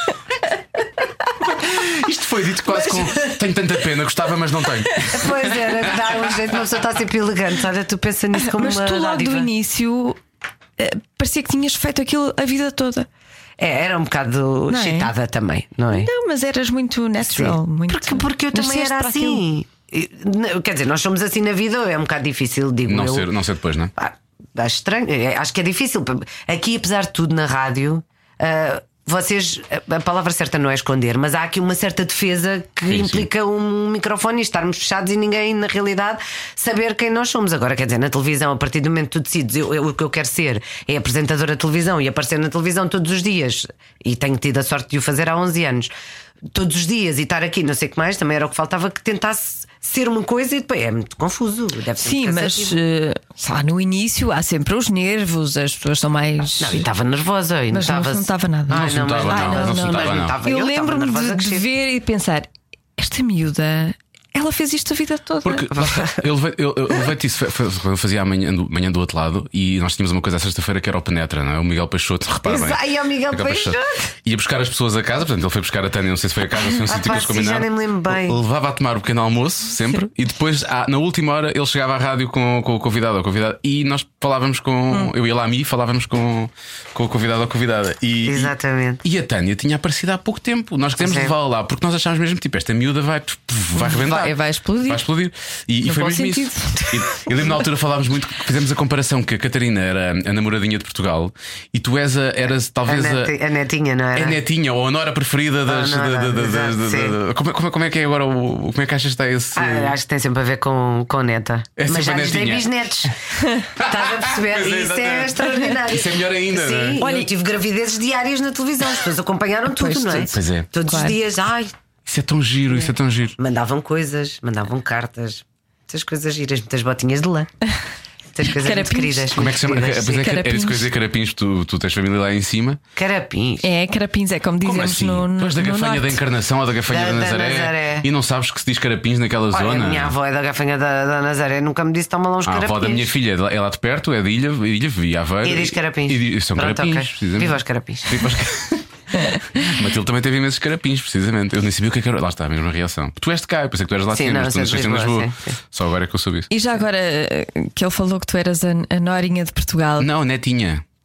Isto foi dito quase com. Tenho tanta pena, gostava, mas não tenho. Pois era, dá um jeito, uma pessoa está sempre elegante. Olha, tu pensa nisso como Mas uma tu logo dádiva. do início eh, parecia que tinhas feito aquilo a vida toda. É, era um bocado Não é? excitada também, não é? Não, mas eras muito natural. Sim. Muito... Porque, porque eu também Nasceste era para aquilo. assim. E, não, Quer dizer, nós somos assim na vida, é um bocado difícil, digo Não eu. ser, não ser depois, não é? Ah, acho estranho, é, acho que é difícil. Aqui, apesar de tudo, na rádio, ah, vocês, a palavra certa não é esconder, mas há aqui uma certa defesa que Sim, implica um microfone e estarmos fechados e ninguém, na realidade, saber quem nós somos. Agora, quer dizer, na televisão, a partir do momento que tu decides, eu, eu- o que eu quero ser é apresentadora de televisão e aparecer na televisão todos os dias, e tenho tido a sorte de o fazer há onze anos. Todos os dias e estar aqui, não sei o que mais, também era o que faltava, que tentasse ser uma coisa e depois é muito confuso. Deve ser Sim, muito mas cansativo. eh, sei lá, no início há sempre os nervos, as pessoas são mais. Não, e estava nervosa. E Mas não notava-se. se notava nada. Ai, Não se notava, mas- não, ai, não se mas notava, não. notava. Eu estava lembro-me nervosa de, que de chega. ver e pensar: esta miúda, ela fez isto a vida toda. Porque lá está, eu levei- eu- eu levei-te isso, foi- foi- eu fazia amanhã do, manhã do outro lado e nós tínhamos uma coisa à sexta-feira que era o Penetra, não é? O Miguel Peixoto, repara bem. Ai, é o Miguel Peixoto. Ia buscar as pessoas a casa, portanto, ele foi buscar a Tânia, não sei se foi a casa ou se foi um sítio que pá, eles sim, combinaram. já nem me lembro bem. Levava a tomar o pequeno almoço, sempre, e depois, ah, na última hora, ele chegava à rádio com, com o convidado ou convidada e nós falávamos com. Hum. Eu ia lá a mim e falávamos com, com o convidado ou convidada. E, Exatamente. E, e a Tânia tinha aparecido há pouco tempo. Nós quisemos Pois é. levá-la lá porque nós achámos mesmo tipo, esta miúda vai, vai rebentar. Vai- vai explodir. Vai explodir. E, e No foi bom mesmo sentido. isso. E, eu lembro na altura falávamos muito, fizemos a comparação que a Catarina era a namoradinha de Portugal e tu és a, eras A, talvez a. neti- a netinha, não É era? a netinha ou a nora preferida das. A nora, da- da- da- exato, da- sim. da- como, é- como é- como é que é agora o. Como é que achas que está esse. Ah, acho que tem sempre a ver com, com neta. É Mas sempre já a lhes dei netinha. bisnetos. Estás a perceber? Pois é, Isso é exatamente. extraordinário. Isso é melhor ainda, não é? Sim, Olha, eu tive gravidezes diárias na televisão. As pessoas acompanharam tudo, Pois, não é? tudo. Pois é. Todos Claro. os dias, ai, Isso é tão giro, isso é tão giro. mandavam coisas, mandavam cartas, muitas coisas giras, muitas botinhas de lã. Muitas coisas muito Carapins. queridas. Como é que se chama? muito Pois queridas. é, que- era Carapins. isso que eu ia dizer, carapins, tu, tu tens família lá em cima. Carapins. É, carapins, é como Como dizemos assim? no, no, Tu és da no gafanha da norte. Encarnação ou da gafanha Da- da, da Nazaré, Nazaré. e não sabes que se diz carapins naquela Olha, zona? a minha avó é da gafanha da, da Nazaré, nunca me disse toma lá uns Ah, a carapins. avó da minha filha é de lá- é lá de perto, é de Ilha, Ilha Via Aveiro. E diz carapins. E, diz- são Pronto, carapins, ok. precisamente. Viva os carapins. Viva os- Matilde também teve imensos carapins, precisamente. Eu nem sabia o que é que era. Lá está a mesma reação. Tu és de cá, eu pensei que tu eras lá Sim, de cima, não, mas tu eu nasceste sou em de Lisboa, Lisboa. sim, sim. Só agora é que eu soube isso. E já agora eh, que ele falou que tu eras a, a Norinha de Portugal. Não, netinha.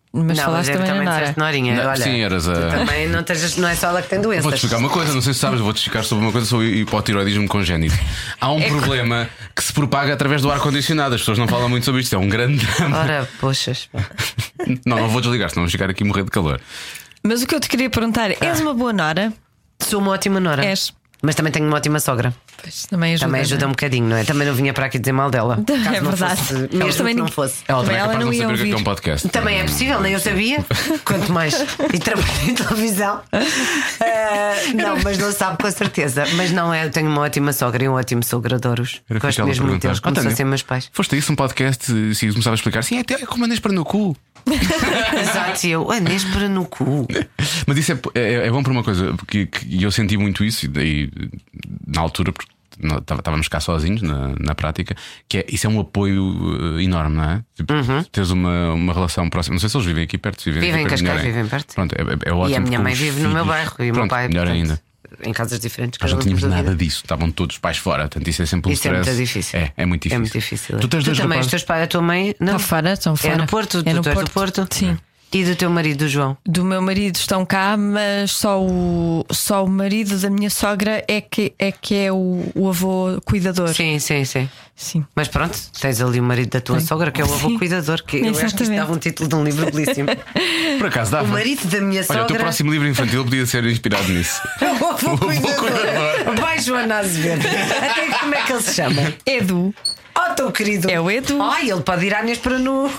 Mas não, falaste mas também, também na Nora. disseste Norinha. Não, Olha, sim, eras a- tu também não, estejas, não é só ela que tem doenças. Vou-te explicar uma coisa, não sei se sabes, vou-te explicar sobre uma coisa sobre hipotiroidismo congénito. Há um problema que se propaga através do ar-condicionado. As pessoas não falam muito sobre isto, é um grande drama. Ora, poxas. Não, não vou desligar, senão vamos ficar aqui a morrer de calor. Mas o que eu te queria perguntar: és uma boa Nora? Sou uma ótima Nora. És. Mas também tenho uma ótima sogra. Pois, também ajuda. Também ajuda não um é? bocadinho, não é? Também não vinha para aqui dizer mal dela. É Caso não verdade. fosse, Mas mesmo também que não ninguém- fosse. Ela também é Ela capaz de não não ia saber o que é que é um ouvir. podcast. Também é possível, nem eu sabia. Quanto mais. E trabalho em televisão. Ah, não, mas não sabe com certeza. Mas não é, eu tenho uma ótima sogra e um ótimo sogro, adoro-os. Era o que Gosto ela mesmo muito perguntar. deles, como Ah, se Tânia, fossem meus pais. Foste a isso um podcast, se começava a explicar, sim, é até como andas para no cu. Exato, e eu, anês para no cu. Mas isso é, é, é bom por uma coisa, porque que eu senti muito isso, e daí na altura, porque não- tava- estávamos cá sozinhos na, na prática, que é, isso é um apoio eh, enorme, não é? Tipo, teres uma, uma relação próxima. Não sei se eles vivem aqui perto, se vivem, Vivem em aqui perto, Cascais, melhor é. vivem perto. Pronto, é, é, é ótimo. E a minha com mãe os vive no meu filhos. bairro e o meu Pronto, pai. melhor portanto, ainda. Em casas diferentes. Nós cada não um tínhamos por sua nada vida. disso, estavam todos pais fora, portanto isso é sempre um Isso é muito stress. difícil. É, é muito difícil. É muito difícil. Tu tens dois também, os rapazes. teus pais, a tua mãe. Não. Estão fora, estão fora. É no Porto, É tu, no tu és do Porto. Porto? Sim. E do teu marido, do João? Do meu marido estão cá, mas só o, só o marido da minha sogra é que é, que é o, o avô cuidador. Sim, sim, sim. Sim. Mas pronto, tens ali o marido da tua Sim. sogra, que é o avô Sim. cuidador, que eu acho que isto Exatamente. dava um título de um livro belíssimo. Por acaso dava. O marido da minha Olha, sogra. o teu próximo livro infantil podia ser inspirado nisso. O avô cuidador. cuidador. Vai, Joana Azevedo. Até como é que ele se chama? Edu. Oh, teu querido. É o Edu. Ai, ele pode ir à Inês para nu.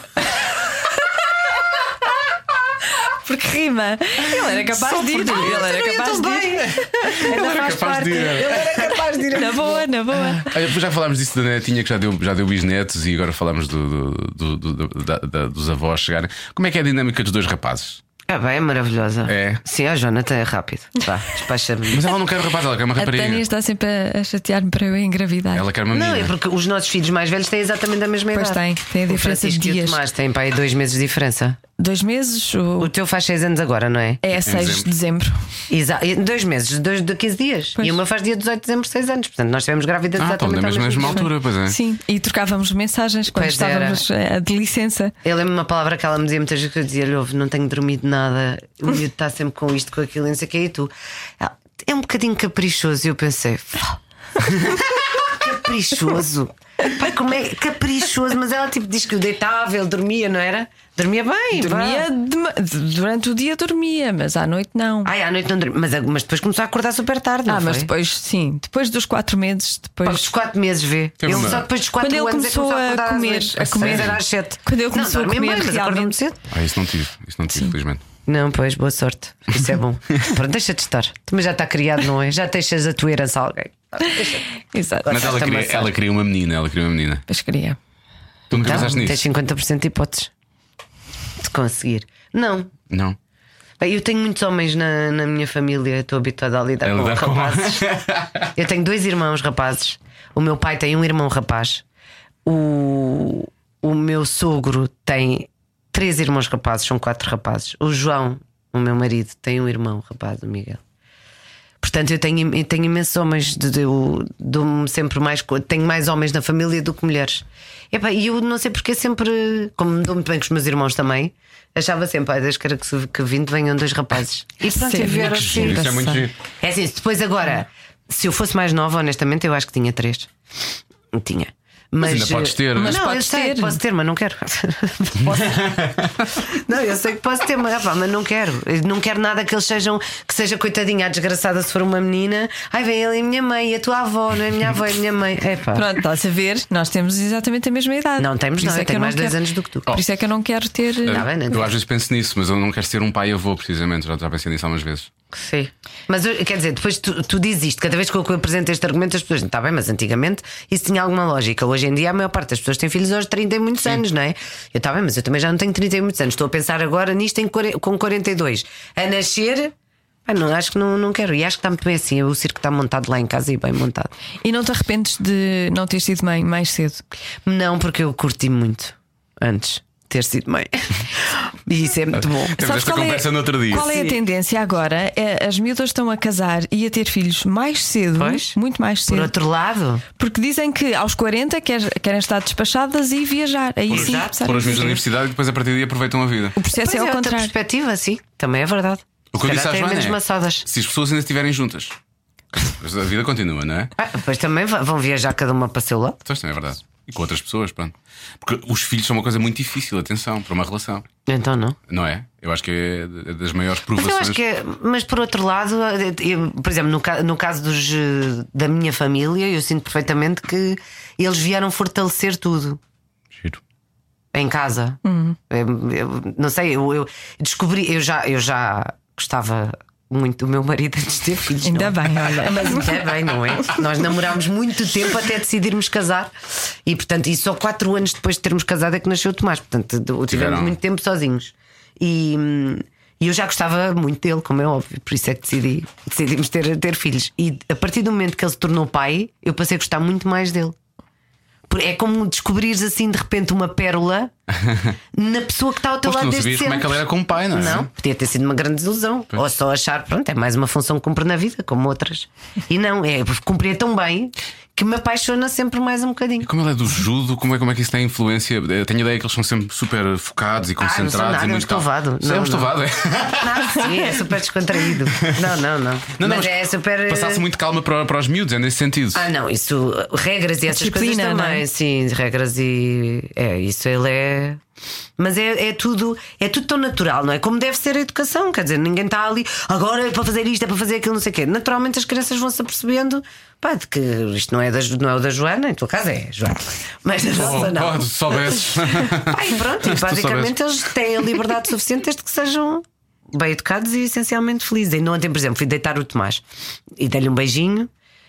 Porque rima. Ele era capaz de ir. Ele era capaz de ir. Ainda era faz capaz parte. de ir. Ele era capaz de ir. Na boa, na boa. Olha, já falámos disso da netinha que já deu, já deu bisnetos e agora falamos do, do- do- do- da- da- dos avós chegarem. Como é que é a dinâmica dos dois rapazes? É bem, é maravilhosa. É? Sim, a Jonathan é rápido. Vá, despacha-me. Mas ela não quer um rapaz, ela quer uma A rapariga. Tânia está sempre a, a chatear-me para eu engravidar. Ela quer uma Não, menina. é porque os nossos filhos mais velhos têm exatamente a mesma Pois idade. têm, têm a O diferença de Francisco e o dias. Tomás têm para aí dois meses de diferença. Dois meses, o... O teu faz seis anos agora, não é? é seis de dezembro. Exato. Dois meses, dois de quinze dias. Pois. E o meu faz dia dezoito de dezembro, seis anos. Portanto, nós tivemos grávidas Ah, estão exatamente na ao mesma, mesmo mesma dia. altura, pois é. Sim, e trocávamos mensagens quando Pois era. estávamos eh, de licença. Eu lembro uma palavra que ela me dizia muitas vezes, que eu dizia-lhe: ouve, não tenho dormido nada, o miúdo está sempre com isto, com aquilo, não sei o que, e tu. Ela, é um bocadinho caprichoso. E eu pensei: caprichoso? Pai, como é caprichoso? Mas ela tipo diz que o deitava, ele dormia, não era? Dormia bem, Dormia vá. de ma- de- durante o dia dormia, mas à noite não. Ai, à noite não dormia, mas, mas depois começou a acordar super tarde. Não ah, mas foi? depois, sim, depois dos quatro meses, Pá, depois. dos quatro meses vê. Tem Ele uma- só depois dos quatro Quando ele anos é que começou a acordar às comer, oito. a Às comer. seis, era às sete. Quando ele começou não, a dormia comer, bem, mas acorda muito realmente. cedo. Ah, isso não tive, isso não tive, felizmente. Não, pois, boa sorte. Isso é bom. Pronto, deixa de estar. Também já está criado, não é? Já deixas a tua herança a alguém. Deixa. Exato. Mas ela Esta queria, massagem. ela queria uma menina, ela queria uma menina. Pois queria. Tu nunca Então, pensaste tens nisso? cinquenta por cento de hipóteses de conseguir. Não. Não. Bem, eu tenho muitos homens na, na minha família, estou habituada a lidar A com lidar com- rapazes. Eu tenho dois irmãos rapazes. O meu pai tem um irmão rapaz. O, o meu sogro tem três irmãos rapazes, são quatro rapazes. O João, o meu marido, tem um irmão rapaz, o Miguel. Portanto, eu tenho, eu tenho imensos homens. de- de- Eu dou-me sempre mais. co- Tenho mais homens na família do que mulheres. Epá, e eu não sei porque sempre. Como me dou muito bem com os meus irmãos também, achava sempre, ai, Deus queira que, se- que vinte venham dois rapazes. E pronto, Sim, e vieram muito assim. Isso é muito giro. É assim, se depois agora, se eu fosse mais nova, honestamente, eu acho que tinha três. Tinha. Mas, ainda podes ter. Mas não, eu podes sei, ter. posso ter, mas não quero. Posso- Não, eu sei que posso ter, mas, rapaz, mas não quero. Eu não quero nada que eles sejam, que seja coitadinha, a desgraçada se for uma menina. Ai, vem ele e a minha mãe, e a tua avó, não é a minha avó, é a minha mãe. É pá. Pronto, estás a ver? Nós temos exatamente a mesma idade. Não temos, Por não, isso eu é que tenho não mais dois quero- anos do que tu. Por isso é que eu não quero ter. Tá bem, né? Eu às vezes penso nisso, mas eu não quero ser um pai avô, precisamente. Já, já pensei nisso algumas vezes. Sim. Mas eu- quer dizer, depois tu, tu dizes isto, cada vez que eu apresento este argumento, as pessoas dizem, está bem, mas antigamente isso tinha alguma lógica. Hoje em dia a maior parte das pessoas tem filhos aos trinta e muitos anos, não é? Eu está bem, mas eu também já não tenho trinta e muitos anos. Estou a pensar agora nisto em, quare- com quarenta e dois. A nascer, pá, não, acho que não, não quero. E acho que está muito bem assim. O circo está montado lá em casa e bem montado. E não te arrependes de não ter sido mãe mais cedo? Não, porque eu curti muito antes. ter sido mãe. E isso é muito bom. Temos Sabes esta qual é- conversa no outro dia. Qual é a Sim. tendência agora? É, as miúdas estão a casar e a ter filhos mais cedo, Pois. muito mais Por cedo. outro lado, Porque dizem que aos quarenta quer- querem estar despachadas e viajar. Aí sim, Exato. começar Pôr a os miúdos na viver. universidade e depois a partir daí aproveitam a vida. O processo pois é é ao outra contrário. perspectiva, sim, também é verdade. O que eu Se disse à calhar tem Joana menos é, maçadas. se as pessoas ainda estiverem juntas, mas a vida continua, não é? Ah, depois também va- vão viajar cada uma para o seu lado. Então isto também é verdade. E com outras pessoas, pronto. Porque os filhos são uma coisa muito difícil, atenção, para uma relação, Então não. não é? Eu acho que é das maiores Mas eu provações. acho que é, mas por outro lado, eu, por exemplo, no, ca- no caso dos, eh, da minha família, eu sinto perfeitamente que eles vieram fortalecer tudo Giro. em casa. Eu, eu não sei, eu, eu descobri, eu já, eu já gostava muito do meu marido antes de ter filhos. Ainda não é? bem, olha. Mas ainda bem, não é? Nós namorámos muito tempo até decidirmos casar. E portanto, e só quatro anos depois de termos casado é que nasceu o Tomás. Portanto, tivemos Tiveram- muito tempo sozinhos. E, hum, e eu já gostava muito dele, como é óbvio. Por isso é que decidi, decidimos ter, ter filhos. E a partir do momento que ele se tornou pai, eu passei a gostar muito mais dele. Por- É como descobrires assim de repente uma pérola na pessoa que está ao teu Pois tu lado não desde sabias como é que sempre. ele era como pai, não é? Não, podia ter sido uma grande desilusão. Ou só achar, pronto, é mais uma função que cumpre na vida, como outras. E não, é cumprir tão bem que me apaixona sempre mais um bocadinho. Como ele é do judo, como é, como é que isso tem influência? Eu tenho a ideia que eles são sempre super focados e Ah, não sou concentrados nada, e é um muito calmos. estovado. Isso é um Não, não. estovado, é? Não, sim, é super descontraído. Não, não, não. Não, não, mas é super. Passasse muito calma para, para os miúdos, é nesse sentido. Ah, não, isso, regras e essas coisas Disciplina, também, não é? sim, regras e. É, isso ele é. Mas é, é tudo é tudo tão natural, não é? Como deve ser a educação, quer dizer, ninguém está ali agora é para fazer isto, é para fazer aquilo, não sei o quê. Naturalmente as crianças vão se apercebendo, pá, de que isto não é, da, não é o da Joana, em tua casa é, Joana, mas a nossa Oh, não. oh, tu soubesses. Pá, e pronto, e Se tu basicamente eles têm a liberdade suficiente desde que sejam bem educados e essencialmente felizes. Ainda ontem, por exemplo, fui deitar o Tomás e dei-lhe um beijinho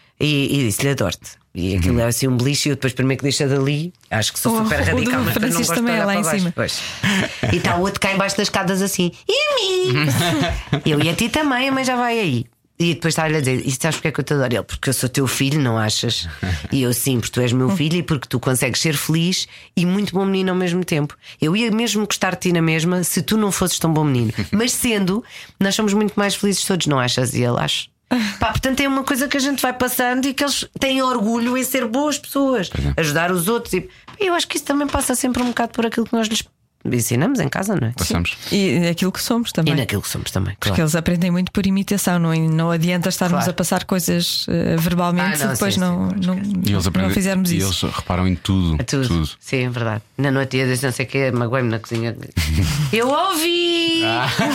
e, e disse-lhe adoro-te. E aquilo é assim um beliche, e eu depois primeiro que deixa dali, acho que sou Oh, super o do radical, mas depois não Francisco gosto de também é olhar lá para em baixo. cima. Pois. E está o outro cá embaixo das escadas assim, e a mim? Eu e a ti também, a mãe já vai aí. E depois estava-lhe a dizer: e sabes porque é que eu te adoro? Ele, porque eu sou teu filho, não achas? E eu, sim, porque tu és meu filho e porque tu consegues ser feliz e muito bom menino ao mesmo tempo. Eu ia mesmo gostar de ti na mesma se tu não fosses tão bom menino. Mas sendo, nós somos muito mais felizes todos, não achas? E ele acha. Pá, portanto é uma coisa que a gente vai passando e que eles têm orgulho em ser boas pessoas, ajudar os outros. E eu acho que isso também passa sempre um bocado por aquilo que nós lhes ensinamos em casa, não é? Passamos. E aquilo que somos E também. naquilo que somos também. Porque Claro. eles aprendem muito por imitação, não, não adianta estarmos Claro. a passar coisas eh, verbalmente Ah, não, se depois sim, não, sim, não, E eles não aprendem. fizermos e isso. eles reparam em tudo. É tudo. tudo. Sim, é verdade. Na noite eu disse não sei o que, magoei-me na cozinha. Eu ouvi!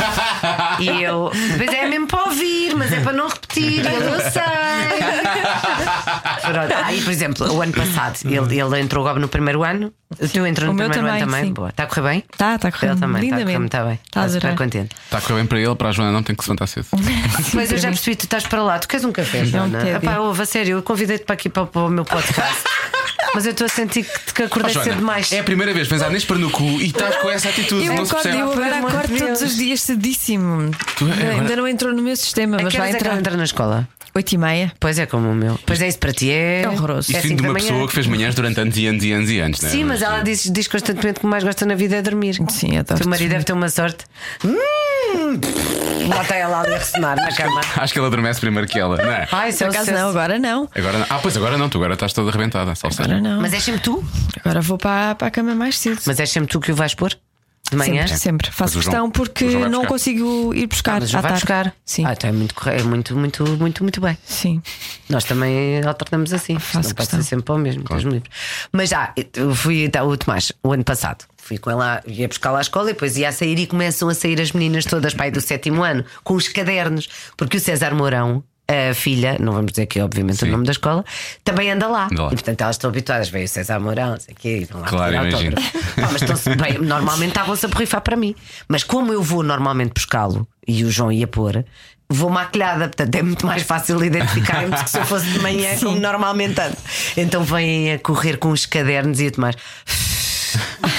E eu. Mas é mesmo para ouvir, mas é para não repetir. Eu não sei. Pronto. Ah, e por exemplo, o ano passado, ele, ele entrou agora no primeiro ano. Tu entrou no O meu primeiro ano também, também. sim. Boa. Está a correr bem? Tá, está a correr Ele também, está a correr lindamente. muito bem. Está a Está super adorar. contente. Está a correr bem para ele, para a Joana não tem que se levantar cedo. Pois eu já percebi, tu estás para lá. Tu queres um café, Joana? tédio. Epá, ouve, a sério, eu convidei-te para aqui para, para o meu podcast. Mas eu estou a sentir que, que acordei Oh, Joana, cedo demais. é a primeira vez que pensar neste para no cu e estás com essa atitude. Eu não se acordo, percebe. eu agora Pelo amor acordo de todos Deus. os dias cedíssimo. Tu- é, agora- Ainda não entrou no meu sistema, A mas que vai horas é que entrar. ela entra na escola? Oito e meia. Pois é, como o meu. Pois é, isso para ti é. É horroroso. Isso É vindo de cinco uma da manhã. pessoa que fez manhãs durante anos e anos e anos e anos, né? Sim, mas ela diz, diz constantemente que o que mais gosta na vida é dormir. Sim, adoro. O teu marido deve ter uma sorte. Hum, bota ela ali a ressonar na cama. Acho que ela adormece primeiro que ela, não é? Ai, isso Por é um acaso sucesso. não, agora não. Agora não. Ah, pois agora não, tu agora estás toda arrebentada. Só Agora não. Mas é sempre tu? Agora vou para, para a cama mais cedo. Mas é sempre tu que o vais pôr? De manhã? Sempre, sempre. Faço Mas o João- questão o porque João vai não buscar. consigo ir buscar. Ah, mas já à vai tarde. buscar. Sim. Ah, então é muito, corre- é muito, muito, muito, muito bem. Sim. Nós também alternamos assim. Faço Não pode questão. ser sempre para o mesmo. Deus me livre. Mas já, eu fui tá, o Tomás, o ano passado, fui com ela, ia buscar lá à escola e depois ia a sair e começam a sair as meninas todas, pai, do sétimo ano, com os cadernos, porque o César Mourão, a filha, não vamos dizer que é obviamente Sim. o nome da escola, também anda lá. Anda lá. E portanto elas estão habituadas, veio o César Mourão, não sei o quê, e vão lá Claro, tirar imagino. autógrafo. Pá, mas estão-se bem, normalmente estavam-se a borrifar para mim. Mas como eu vou normalmente buscá-lo e o João ia pôr, vou maquilhada, portanto é muito mais fácil identificar-me do que se eu fosse de manhã, como normalmente ando. Então vêm a correr com os cadernos e a tomar.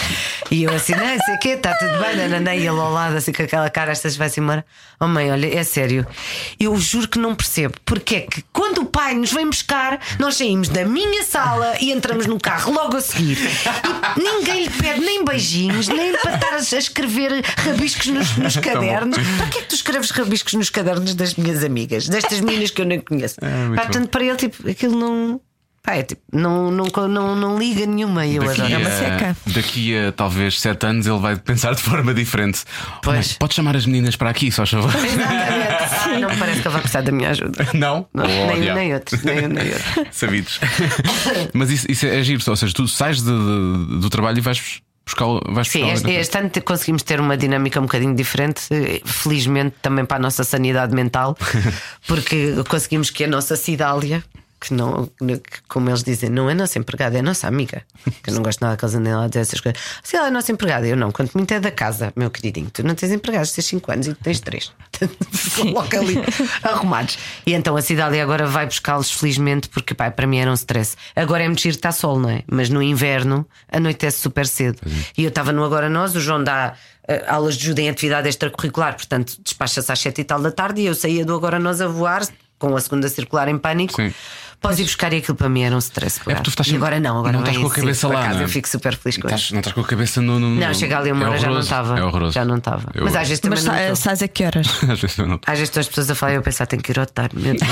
E eu assim, não sei o quê, está tudo bem, nananã, e ele ao lado, assim com aquela cara, estas vai-se embora. Oh mãe, olha, é sério, eu juro que não percebo porque é que quando o pai nos vem buscar, nós saímos da minha sala e entramos no carro logo a seguir. E ninguém lhe pede nem beijinhos, nem para estar a escrever rabiscos nos, nos cadernos. Para que é que tu escreves rabiscos nos cadernos das minhas amigas, destas meninas que eu nem conheço? É, Pá, portanto, para ele, tipo, aquilo não. Pá, é, tipo, não, não, não, não liga nenhuma. Eu Daqui adoro. É uma a, seca. daqui a talvez sete anos ele vai pensar de forma diferente. Pois. Mãe, pode chamar as meninas para aqui, só favor. Exatamente. Não me parece que ele vai precisar da minha ajuda. Não? Não, Oh, nem, diabo. nem outro, nem um, nem outro. Sabidos. Mas isso, isso é giro, ou seja, tu sais de- de- do trabalho e vais buscar. Vais Sim, buscar este, este ano te- conseguimos ter uma dinâmica um bocadinho diferente, eh, felizmente também para a nossa sanidade mental, porque conseguimos que a nossa Cidália, que não, que, como eles dizem, não é nossa empregada, é nossa amiga. Que eu não gosto nada que eles andem lá a dizer essas coisas. Se ela é nossa empregada, eu não, quanto muito é da casa, meu queridinho. Tu não tens empregados, tens cinco anos e tu tens três. Coloca ali arrumados. E então a Cidália agora vai buscá-los, felizmente, porque pá, para mim era um stress. Agora é muito giro, está sol, não é? Mas no inverno anoitece super cedo. E eu estava no Agora Nós, o João dá eh, aulas de judo em atividade extracurricular, portanto despacha-se às sete e tal da tarde, e eu saía do Agora Nós a voar com a segunda circular em pânico. Sim. Podes ir buscar e aquilo para mim era um stress. É porque tu estás e sempre- agora não, agora não estás vem com a assim, cabeça por lá, acaso, não é? eu fico super feliz com Estás- isso. não estás com a cabeça no. no- Não, chega ali uma é hora já não horroroso, estava. É horroroso. Já não estava. Eu- Mas às vezes também Mas não sa- estou. sais a que horas? Às vezes eu não. Às vezes as pessoas a falar e eu pensar, tenho que ir ao time. Meu Deus.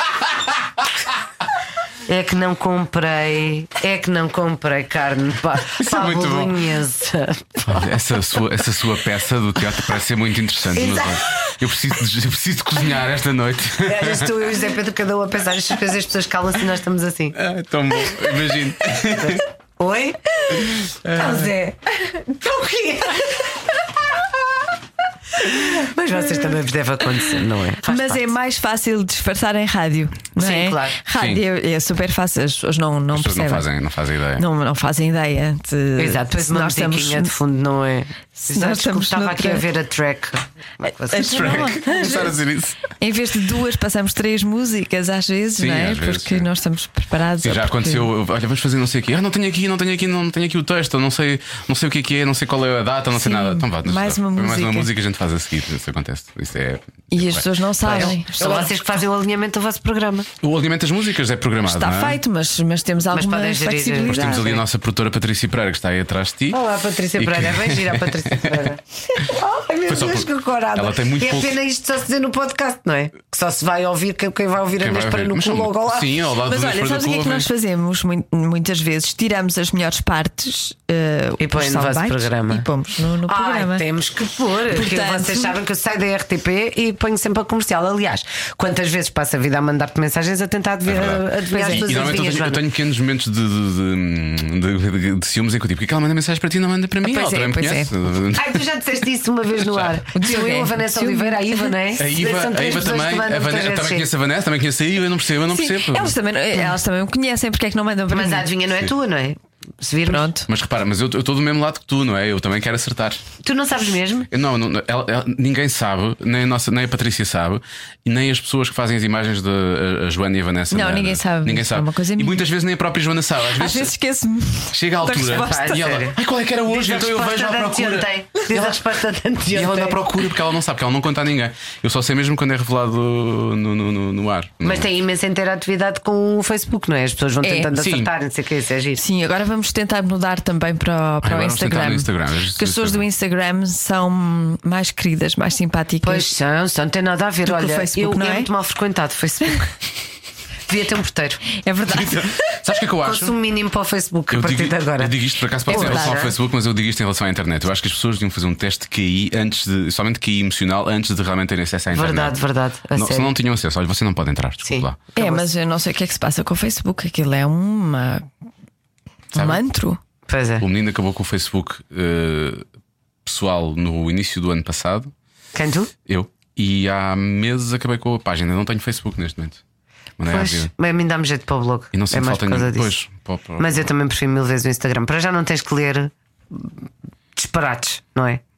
É que não comprei, é que não comprei carne para, é para a muito bom. bolonhesa. Olha, Essa sua, essa sua peça do teatro parece ser muito interessante. mas, Exato. olha, eu, preciso de, eu preciso de cozinhar esta noite. Às vezes estou eu e o José Pedro cada um a pensar estas coisas, as pessoas calam-se e nós estamos assim. Ah, tão bom, imagino. Oi? Então, Zé, então o quê? Mas vocês também vos deve acontecer, não é? Faz Mas parte. é mais fácil disfarçar em rádio, não Sim, é? claro. Rádio é super fácil, as pessoas não, não As pessoas não percebem. fazem, não fazem ideia. Não, não fazem ideia de, Exato, depois se uma nós musiquinha estamos de fundo, não é? Se Exato, nós desculpe, estamos estava noutra- aqui a ver a track. Como é que vocês- A track. Começar a dizer isso. Em vez de duas, passamos três músicas às vezes, Sim, não é? às vezes, Porque sim. nós estamos preparados. Sim, ou já porque- aconteceu. Olha, vamos fazer não sei o quê. Ah, não tenho aqui, não tenho aqui, não tenho aqui o texto, não sei, não sei o que é que é, não sei qual é a data, não sei Sim, nada. Então vá, mais uma mais música. uma música a gente faz a seguir. Isso acontece. Isso é. E as pessoas não sabem. São vocês que fazem o alinhamento do vosso programa. O alimento das músicas é programado. Está não é? feito, mas, mas temos alguma podem gerir- flexibilidade. Nós temos ali a nossa produtora Patrícia Pereira que está aí atrás de ti. Olá, Patrícia E que- Pereira, bem gira a Patrícia Pereira. Ai meu Foi só Deus, por- que corada. ela tem muito é pouco- pena isto só se dizer no podcast, não é? Que só se vai ouvir, que quem vai ouvir Quem a vai Nespera ver? no Mas cu são- logo ao lado. Sim, ao lado Mas do olha, Nespera sabes do o que é que Cu, nós vem. fazemos mui- muitas vezes? Tiramos as melhores partes eh, E põe os no vosso soundbites programa. E pomos no, no programa. Ai, temos que pôr. Porque Portanto- vocês sabem que eu saio da R T P e ponho sempre a comercial. Aliás, quantas vezes passo a vida a mandar-te mensagens a tentar adivinhar, É verdade. adivinhar as E tuas normalmente eu adivinhas, tenho, eu Joana? tenho pequenos momentos de, de, de, de, de, de ciúmes em que eu digo, porque ela manda mensagens para ti e não manda para mim. Pois Ela é, também me pois é. conhece. Ai, tu já disseste isso uma vez no ar. O Sou eu, a Vanessa ciúme. Oliveira, a Iva, não é? A Iva, São a três Iva pessoas também, que mandam a Vanessa, muitas também vezes. conheço a Vanessa, também conheço a Iva, eu não percebo, eu não Sim, percebo. elas, também, elas também me conhecem, porque é que não mandam para Mas mim? a adivinha não é tua, não é? Se virmos. Pronto. Mas repara, mas eu eu estou do mesmo lado que tu, não é? Eu também quero acertar. Tu não sabes mesmo? Eu Não, não ela- ela- ninguém sabe, nem a, nossa, nem a Patrícia sabe, e nem as pessoas que fazem as imagens de a, a Joana e a Vanessa. Não, na- ninguém sabe. Ninguém Isso sabe. é uma coisa e minha. muitas vezes nem a própria Joana sabe. Às Às vezes, vezes esqueço-me. chega à da altura resposta. e ela, Sério? ai, qual é que era hoje? Diz a Então eu vejo resposta à de procura. anteontem. Diz a resposta de E ela anda à anteontem. procura porque ela não sabe, porque ela não conta a ninguém. Eu só sei mesmo quando é revelado no, no, no, no ar. Mas tem imensa interatividade com o Facebook, não é? As pessoas vão É. tentando Sim. acertar, não sei o que, isso é giro. Sim, agora vamos tentar mudar também para, o- para agora o vamos tentar Instagram. no Instagram. Porque as pessoas do Instagram são mais queridas, mais simpáticas. Pois são, são, não tem nada a ver. Do que o Olha, Facebook, eu não é é? muito mal frequentado o Facebook. Devia ter um porteiro. É verdade. Sabes o que é que eu acho? Consumo mínimo para o Facebook a Eu partir digo, de agora. eu digo isto por acaso pode É ser em relação ao verdade, é? Facebook, mas eu digo isto em relação à internet. Eu acho que as pessoas deviam fazer um teste de Q I antes de, somente Q I emocional, antes de realmente terem acesso à internet. Verdade, verdade. A Não, se sério. não tinham acesso, olha, você não pode entrar, desculpe Sim. lá. É, mas eu não sei o que é que se passa com o Facebook. Aquilo é uma. Um Sabe? mantro. Pois é. O menino acabou com o Facebook eh, pessoal no início do ano passado, Quem tu? eu, e há meses acabei com a página. Não tenho Facebook neste momento. Mandei à Pois, vida. mas a mim dá-me jeito para o blog. E não é sinto mais falta por causa nenhuma. disso. Pois, pá, pá, Mas pá. eu também prefiro mil vezes o Instagram. Para já não tens que ler disparates, não é?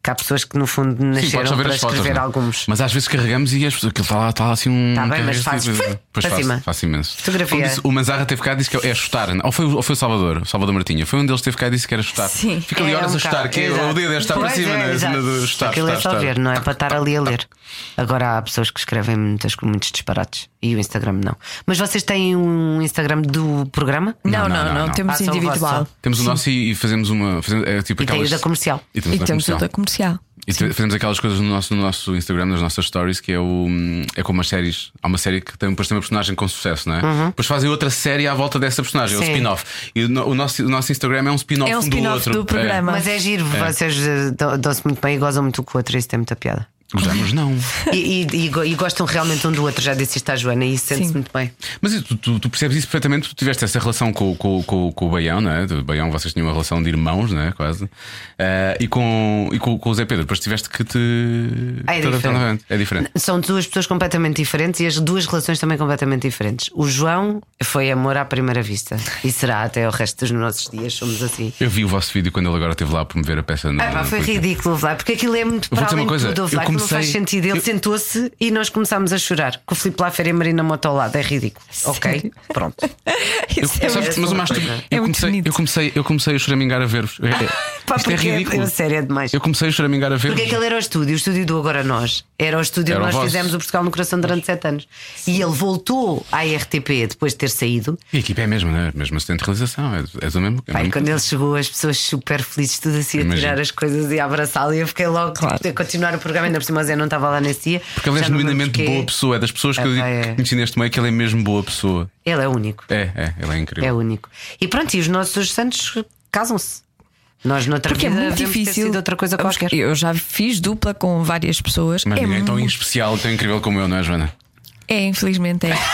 Que há pessoas que no fundo Sim, nasceram podes só ver para as fotos, escrever não? alguns. Mas às vezes carregamos e as pessoas, aquilo está lá, está lá assim um. Tá bem, mas carrega- fazes Pois para faço, cima. faço imenso. Fotografia. Como disse, o Manzarra teve cá e disse que é chutar. Ou foi, ou foi o Salvador, o Salvador Martinha. Foi um deles que teve cá e disse que era chutar. Sim. Fica ali É, horas um a chutar, bocado, que é- exato. o dedo é estar para Pois cima, é, né? exato. Do chutar, Aquilo chutar, é só chutar. ver, não é para estar ali a ler. Agora há pessoas que escrevem muitas, muitos disparates e o Instagram não. Mas vocês têm um Instagram do programa? Não, não, não, não, não, não. temos Ah, só o individual. vosso. Temos o nosso e, e fazemos uma. Fazemos, é, tipo E tem o aquelas, da comercial. E temos, E o da temos o comercial. da comercial. E te- fazemos aquelas coisas no nosso, no nosso Instagram, nas nossas stories, que é o é como as séries. Há uma série que tem, depois tem uma personagem com sucesso, não é? Depois fazem outra série à volta dessa personagem, é o Sim. spin-off. E o, no- o nosso, o nosso Instagram é um spin-off É um do spin-off outro. do programa. Mas é giro, vocês eh, dão- dão-se muito bem e gozam muito com o outro, isso tem muita piada. É. Gostamos, não. E, e- e go- e gostam realmente um do outro, já disse isto à Joana, e isso sente-se Sim. muito bem. Mas tu, tu, tu percebes isso perfeitamente. Tu tiveste essa relação com, com, com, com o Baião, não é? O Baião, vocês tinham uma relação de irmãos, não é? Quase. Eh, e com, e com, com o Zé Pedro. Depois tiveste que te. Ah, é te adaptar diferente. novamente. É diferente. São duas pessoas completamente diferentes e as duas relações também completamente diferentes. O João foi amor à primeira vista e será até o resto dos nossos dias, somos assim. Eu vi o vosso vídeo quando ele agora esteve lá a promover a peça. No, Ah, pá, foi no- ridículo, Vlad, porque aquilo é muito vou para dizer uma além coisa, de tudo, eu Vlad, não faz comecei- sentido. Ele eu- sentou-se e nós começámos a chorar. Com o Filipe Laffer e a Marina Mota ao lado, é ridículo. Ok, Sério? pronto. Eu, Isso é sabes, muito- mas o mais É eu, muito comecei, bonito. eu, comecei, eu comecei a choramingar a ver-vos. É- é- Pá, Isto é porque ridículo. é, sério, é demais. Eu comecei a choramingar a ver-vos. Porque aquele era o estúdio, o estúdio do Agora Nós. Era o estúdio Era o onde nós vosso. fizemos o Portugal no Coração durante sete anos. E ele voltou à R T P depois de ter saído. E a equipa é a mesma, não é? Mesmo assistente de realização. É, é do mesmo. É Pai, mesmo- quando ele chegou, as pessoas super felizes, tudo assim a Imagino. tirar as coisas e a abraçá-lo. E eu fiquei logo Claro. a continuar o programa. Ainda por cima, o Zé não estava lá nesse dia. Porque ele é Já não me lembro genuinamente porquê. boa pessoa. É das pessoas que eu É, digo pá, é. que conheci neste meio que ele é mesmo boa pessoa. Ele é único. É, é, ele é incrível. É único. E pronto, e os nossos santos casam-se. Nós noutra Porque é vida muito devemos ter difícil. sido outra coisa qualquer. Eu já fiz dupla com várias pessoas. Mas é, ninguém tão mu- especial, tão incrível como eu, não é, Joana? é, infelizmente é.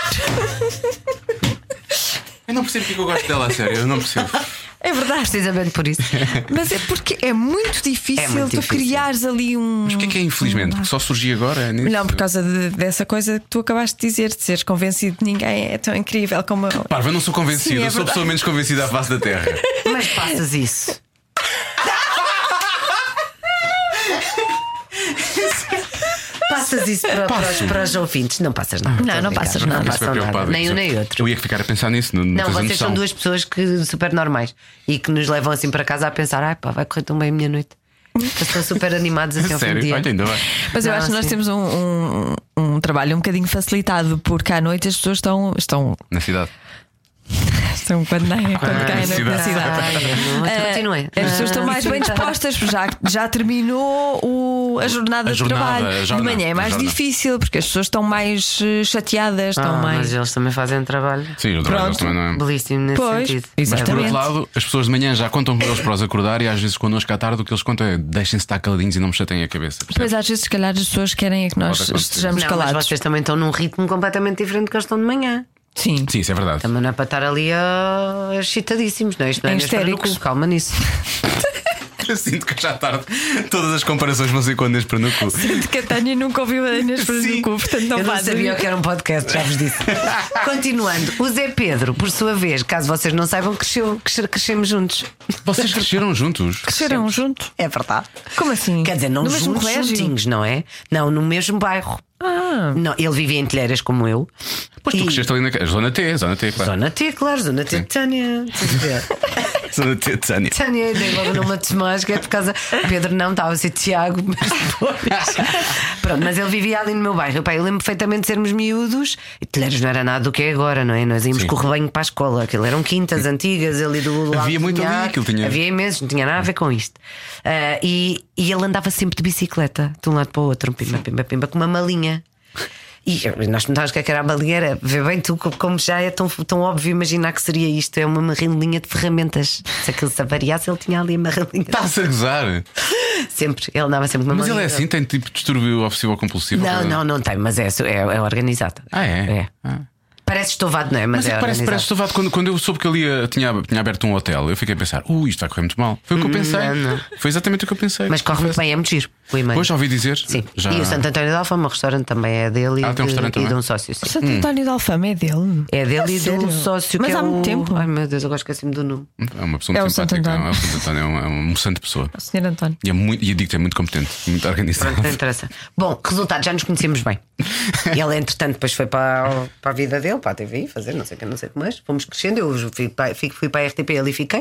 Eu não percebo porque eu gosto dela, a sério. Eu não percebo. É verdade. Precisamente por isso. Mas é porque é muito difícil É muito tu difícil. criares ali um. Mas o que é que é infelizmente? Porque só surgiu agora? É nisso? Não, por causa de- dessa coisa que tu acabaste de dizer, de seres convencido de ninguém é tão incrível como eu. Parva, eu não sou convencido. Sim, é eu sou a pessoa verdade. menos convencida à face da Terra. Mas passas isso. Passas isso para, para, os, para os ouvintes. Não passas nada. Não, Estou a não brincar. passas Não nada. Fico super passam nada. preocupado. Nem um nem outro. Eu ia ficar a pensar nisso. Não, Não, tens a vocês noção. são duas pessoas que super normais e que nos levam assim para casa a pensar: ai pá, vai correr tão bem a minha noite. Estão super animados assim ao fim do Sério? dia. Olha, ainda bem. Mas eu Não, acho que nós sim. temos um, um, um trabalho um bocadinho facilitado, porque à noite as pessoas estão. estão, Na cidade. estão quando, nem, quando caem na, na cidade. cidade. Ai, não, Ah, continue. As pessoas estão mais bem dispostas, porque já, já terminou o, a jornada A de jornada, trabalho. a De jornada, manhã é a mais jornada. difícil, porque as pessoas estão mais eh, chateadas, estão Ah, mais. mas eles também fazem trabalho Sim, o trabalho deles Pronto. também não é. belíssimo nesse Pois, sentido. Mas por exatamente. outro lado, as pessoas de manhã já contam com eles para os acordar e às vezes connosco à tarde o que eles contam é deixem-se estar caladinhos e não me chateiem a cabeça. Pois percebes? às vezes, se calhar, as pessoas querem é que nós Pode acontecer. estejamos Não, calados. mas vocês também estão num ritmo completamente diferente do que eles estão de manhã. Sim. Sim, isso é verdade. Também não é para estar ali a excitadíssimos, não é? Isto não é Em nem para no histéricos. cu, calma nisso. Eu sinto que já à tarde todas as comparações vão ser com Inês para no cu. De que a Tânia nunca ouviu a Inês para Sim. no cu, portanto não Eu não faz sabia o que era um podcast, já vos disse. Continuando, o Zé Pedro, por sua vez, caso vocês não saibam, cresceu, cresce- crescemos juntos. Vocês cresceram juntos. Cresceram juntos? É verdade. Como assim? Quer dizer, não no mesmo juntos, colégio? juntinhos, não é? Não, no mesmo bairro. Ah, Não, ele vivia em Telheiras como eu. Pois tu E- cresceste ali na Zona T, Zona T, claro. Zona T, claro, Zona T de Tânia. Estás a ver? Zona T, Tânia. Tânia, dei logo numa de Tomás, que é por causa. Pedro não estava a ser Tiago, mas depois. Pronto, mas ele vivia ali no meu bairro. Pai, eu lembro perfeitamente de sermos miúdos e Telheiras não era nada do que é agora, não é? Nós íamos Sim. com o rebanho para a escola. Aquilo eram quintas antigas ali do lado. Havia do muito ali, Pinhar. aquilo tinha- Havia imenso, não tinha nada a ver com isto. Ah, e, e ele andava sempre de bicicleta, de um lado para o outro, pimba, pimba, pimba, com uma malinha. E nós perguntávamos o que é que era a malinha. Era, vê bem tu, como já é tão, tão óbvio imaginar que seria isto. É uma marrelinha de ferramentas. Se aquilo se avariasse, ele tinha ali a marrelinha. Está-se a gozar. Sempre, ele andava sempre com uma Mas ele é malinha. assim, tem tipo de distúrbio obsessivo ou compulsivo? Não, não, não tem, mas é, é, é organizado. Ah, é? É. Ah. Parece estovado, não é? Mas Mas é é que parece, organizado. parece estovado. Quando, quando eu soube que ele ia, tinha, tinha aberto um hotel, eu fiquei a pensar: uh, isto vai correr muito mal. Foi o que eu pensei. Não, não. Foi exatamente o que eu pensei. Mas corre muito bem, é muito giro. O e-mail. Hoje já ouvi dizer. Sim. Já... E o Santo António de Alfama, o restaurante também é dele Ah, e, tem um de, restaurante e de também? um sócio. Sim. Santo António de Alfama é dele. É dele e Sério? do sócio Mas que há é muito o... tempo. Ai meu Deus, agora esqueci-me do nome. É uma pessoa É muito o Santo simpática. António. É o Santo António, é uma, é uma santa pessoa. O senhor António. E, é muito, e eu digo que é muito competente, muito organizado. Pronto, não interessa. Bom, resultado, já nos conhecemos bem. Ele, entretanto, depois foi para, para a vida dele, para a T V I, fazer não sei o que, não sei o que mais. Fomos crescendo, eu fui para, fui para a R T P, ali fiquei.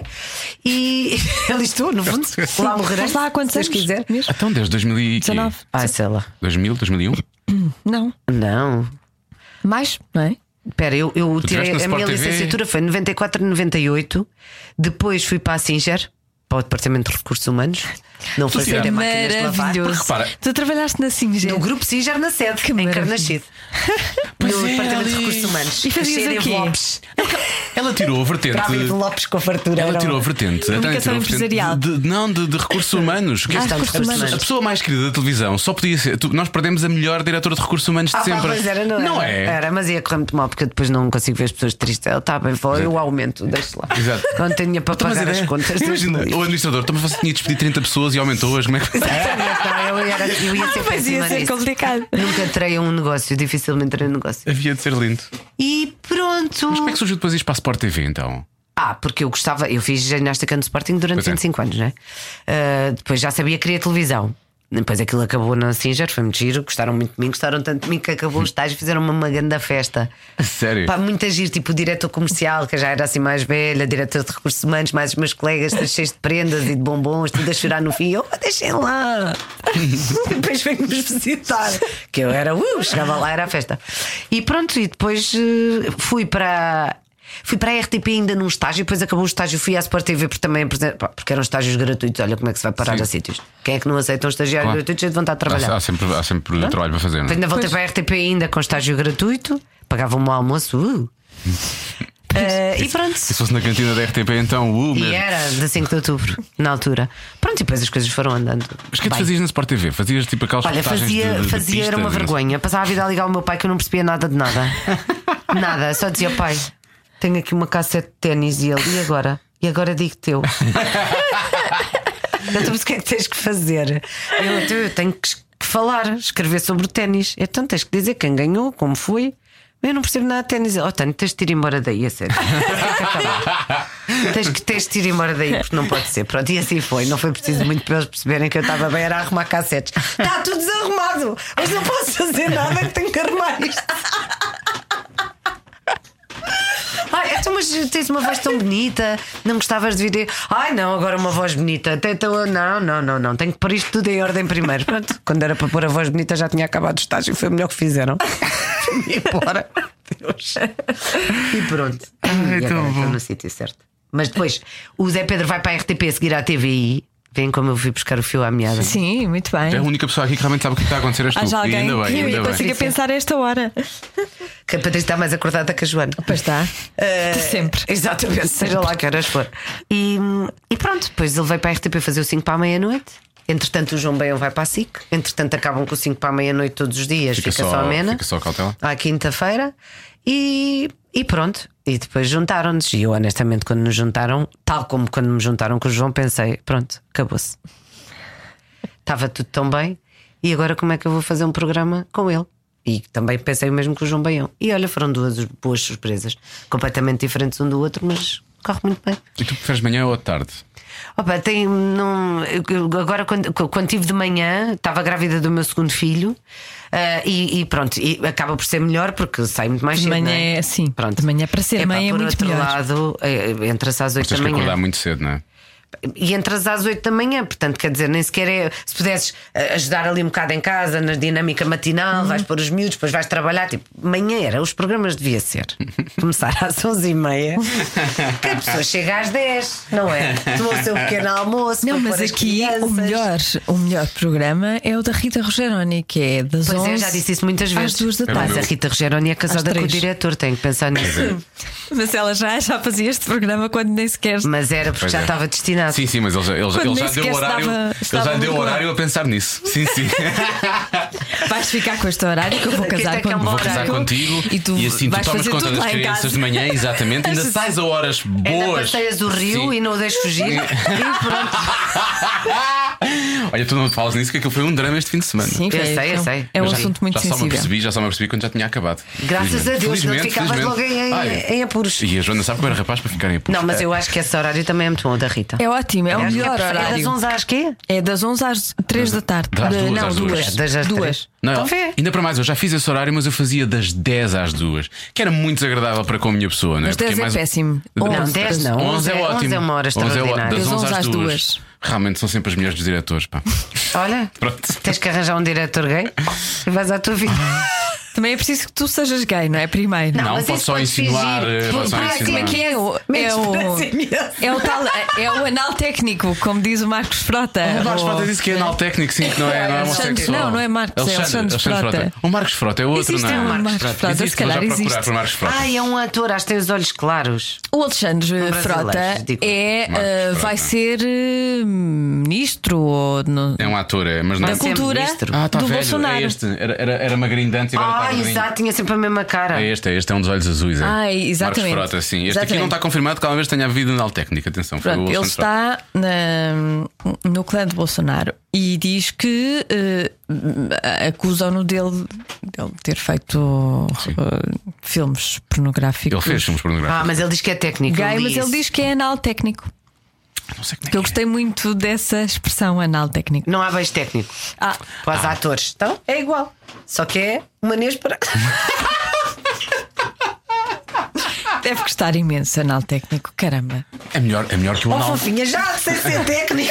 E ali estou, no fundo. Lá morrerei. Estás lá há quantos se Deus anos? quiser. Mesmo? Então, desde dois mil e dezanove. Ah, sei lá. dois mil, dois mil e um? Não. Não. Mais, não é? Espera, eu, eu tirei tiveste na a minha Sport T V? licenciatura foi em noventa e quatro e noventa e oito. Depois fui para a Singer, para o Departamento de Recursos Humanos. Não foi tiraste? fazer máquinas de lavar. Maravilhoso. Repara. Tu trabalhaste na Singer. No grupo Singer na sede, Que em maravilha. Carnachide. Pois No é, Departamento de ali. Recursos Humanos. E fazias Cheio de o quê? envelopes. Ela tirou a vertente. Para a vida de Lopes com fartura. Ela era tirou a uma- vertente. Comunicação Ela tirou a vertente empresarial. de, de- não, de, de recursos humanos. Que Ah, esta- recursos humanos. A pessoa mais querida da televisão só podia ser. tu- nós perdemos a melhor diretora de recursos humanos de Ah, pá, sempre. pois era, não, não era. é? Era, mas ia correr muito mal porque eu depois não consigo ver as pessoas tristes. Ela está bem, foi eu aumento, deixa lá. Exato. Não tenho para Então, mas pagar era- as contas. Imagina, o administrador, também você tinha despedido trinta pessoas e aumentou-as. Como é que Não, eu, era, eu ia ser Pois ia péssima ser nisso. complicado. Nunca entrei a um negócio, dificilmente entrei a um negócio. havia de ser lindo? E pronto. Mas como é que surgiu depois isto para a Sport T V então? Ah, porque eu gostava, eu fiz ginástica no Sporting durante Pois é. vinte e cinco anos, né? Uh, depois já sabia que queria televisão. Depois aquilo acabou na Singer, foi muito giro, gostaram muito de mim, gostaram tanto de mim que acabou o estágio, fizeram uma, uma grande festa. Sério? Pá, muita giro, tipo o diretor comercial, que já era assim mais velha, diretor de recursos humanos, mais os meus colegas, todos cheios de prendas e de bombons, tudo a chorar no fim. Eu, oh, deixem lá. Depois veio-nos visitar. Que eu era, uh, chegava lá, era a festa. E pronto, e depois uh, fui para. Fui para a R T P ainda num estágio, depois acabou o estágio, fui à Sport T V porque também pá, porque eram estágios gratuitos. Olha como é que se vai parar Sim. a sítios. Quem é que não aceita um estagiário Claro. gratuito cheio de vontade de trabalhar? Há, há sempre, há sempre trabalho para fazer, não é? Depois ainda voltei para a R T P ainda com estágio gratuito, pagavam-me o almoço. Uh. Uh, e pronto. Se fosse na cantina da R T P, então, uh, mesmo. E era de cinco de outubro, na altura. Pronto, e depois as coisas foram andando. Mas o que é que bem. fazias na Sport T V? Fazias tipo aquelas Olha, reportagens fazia, de, de fazia pista, era uma de- vergonha. Passava a vida a ligar ao meu pai que eu não percebia nada de nada. Nada, só dizia: pai, tenho aqui uma cassete de ténis e ele, e agora? E agora digo-te eu. Então, mas o que é que tens que fazer? Eu, então, eu tenho que falar, escrever sobre o ténis. Então tens que dizer quem ganhou, como foi. Eu não percebo nada de ténis. Oh, Tânia, tens de ir embora daí, a sério. tens, que, tens de ir embora daí, porque não pode ser. Pronto, e assim foi. Não foi preciso muito para eles perceberem que eu estava bem, era a arrumar cassetes. Está tudo desarrumado, mas não posso fazer nada, que tenho que arrumar isto. Ai, então, mas tens uma voz tão bonita, não gostavas de vir. Ai, não, agora uma voz bonita. Até então, não, não, não, não. Tenho que pôr isto tudo em ordem primeiro. Pronto, quando era para pôr a voz bonita já tinha acabado o estágio. Foi o melhor que fizeram. Fui-me embora. Deus. E pronto. Ai, e tão agora bom. estou no sítio certo. Mas depois o Zé Pedro vai para a R T P a seguir à T V I. Vêem como eu fui buscar o fio à meada. Sim, muito bem. É a única pessoa aqui que realmente sabe o que está a acontecer. És tu. Haja E alguém ainda bem, que ainda bem. consiga Sim, sim. pensar a esta hora. Que a Patrícia está mais acordada que a Joana. Pois está. Eh, Sempre. Exatamente, seja lá que horas for. E, e pronto, depois ele veio para a R T P fazer o cinco para a meia-noite. Entretanto, o João Baião vai para a S I C. Entretanto, acabam com o cinco para a meia-noite todos os dias. Fica, Fica só, só, amena. fica só cautela. À quinta-feira. E, e pronto. E depois juntaram-nos. E eu, honestamente, quando nos juntaram, tal como quando me juntaram com o João, pensei: pronto, acabou-se. Estava tudo tão bem. E agora, como é que eu vou fazer um programa com ele? E também pensei o mesmo com o João Baião. E olha, foram duas boas surpresas, completamente diferentes um do outro, mas corre muito bem. E tu preferes manhã ou tarde? Opa, tem, não, eu- agora, quando, quando tive de manhã, estava grávida do meu segundo filho. ah, e, e pronto, e acaba por ser melhor porque sai muito mais De cedo. manhã não é? é assim. Pronto. De manhã para ser Epá, mãe é por muito outro melhor. lado, eh, entra-se às oito Tens da que manhã. acordar muito cedo, não é? E entras às oito da manhã, portanto, quer dizer, nem sequer é. Se pudesses eh, ajudar ali um bocado em casa, na dinâmica matinal, vais pôr os miúdos, depois vais trabalhar. Tipo, manhã era, os programas devia ser começar às onze e meia, que a pessoa chega às dez, não é? Tomou o seu pequeno almoço. Não, para mas pôr as aqui o crianças. melhor, o melhor programa é o da Rita Rogeroni, que é das Pois onze é, já disse isso muitas vezes. às duas da É o tarde. Mas a Rita Rogeroni é casada Às com o três. diretor, tenho que pensar nisso. Mas ela já, já fazia este programa quando nem sequer. Mas era porque Pois já é. estava destinada combinado. Sim, sim, mas ele já, ele já, Quando ele já nem deu sequer o horário. estava- Ele estava já deu o no horário a pensar nisso. Sim, sim. Vais ficar com este horário que eu vou Que isto casar é que é um contigo. bom Vou casar horário. contigo E tu assim tu vais tomas fazer conta tudo das lá em crianças casa. de manhã, exatamente. Ainda sais a horas Ainda boas. passeias o rio Sim. e não o deixes fugir. E pronto. Olha, tu não falas nisso, que aquilo foi um drama este fim de semana. Sim, Eu foi- sei, eu é um- sei. É um Já- assunto muito já só me sensível. apercebi, já só me apercebi quando já tinha acabado. Graças a Deus, não Felizmente, ficavas felizmente. logo em, Ai, em apuros. E a Joana sabe que eu era rapaz para ficar em apuros. Não, mas eu acho que esse horário também é muito bom da Rita. É ótimo, é o Acho que melhor é horário. das onze às quê? É das onze às três da tarde. Das De- duas não, às duas. duas. É, das às duas. três. Não, Então vê. ainda para mais, eu já fiz esse horário, mas eu fazia das dez às duas, que era muito desagradável para com a minha pessoa, não é? Mas dez Porque é mais- péssimo. Não, Não, onze. dez não. onze é ótimo. onze é uma hora onze é ó- extraordinária. Das Das onze onze às às duas. duas. Realmente são sempre as melhores dos diretores, pá. Olha, Pronto. tens que arranjar um diretor gay e vais à tua vida. Também é preciso que tu sejas gay, não é? Primeiro. Não, mas posso isso só podes insinuar. fingir. eh, Posso só Ah, como é insinuar. que é? O, é, o, é, o tal, é o anal técnico, como diz o Marcos Frota. O Marcos Ou- Frota disse que é anal técnico, sim, que não é, não é Alexandre- homossexual. não, não é Marcos, é Alexandre Frota. O Marcos Frota é outro, Existe não é? um Marcos Existe, Frota, vou se calhar já procurar existe. por Marcos Frota. Ai, é um ator, acho que tem os olhos claros. O Alexandre brasileiro, Frota digo. é, Marcos eh, Frota. vai ser eh, ministro ou no- É um ator, é, mas não da é. ser cultura ministro. Ah, tá do velho. Bolsonaro. É este. Era, era, era magrinho de antes e agora está Ah, gordinho. exato, tinha sempre a mesma cara. É este, é este, é um dos olhos azuis. É. Ah, exatamente. Marcos Frota, sim. Este aqui Exatamente. não está confirmado que alguma vez tenha havido anal técnico. Atenção, foi Pronto, o ele Alexandre Frota. está na- no clã de Bolsonaro e diz que eh, acusam-no dele, dele ter feito eh, filmes pornográficos. Ele fez filmes Ah, pornográficos. mas ele diz que é técnico. Gay, ele mas ele diz que é anal técnico. Não sei como é Que eu que é. gostei muito dessa expressão, anal técnico. Não há beijo técnico Ah, para os atores. Então é igual. Só que é uma para. deve gostar imenso, anal técnico, caramba. É melhor, é melhor que o Oh, anal. fofinha, já sei ser técnico.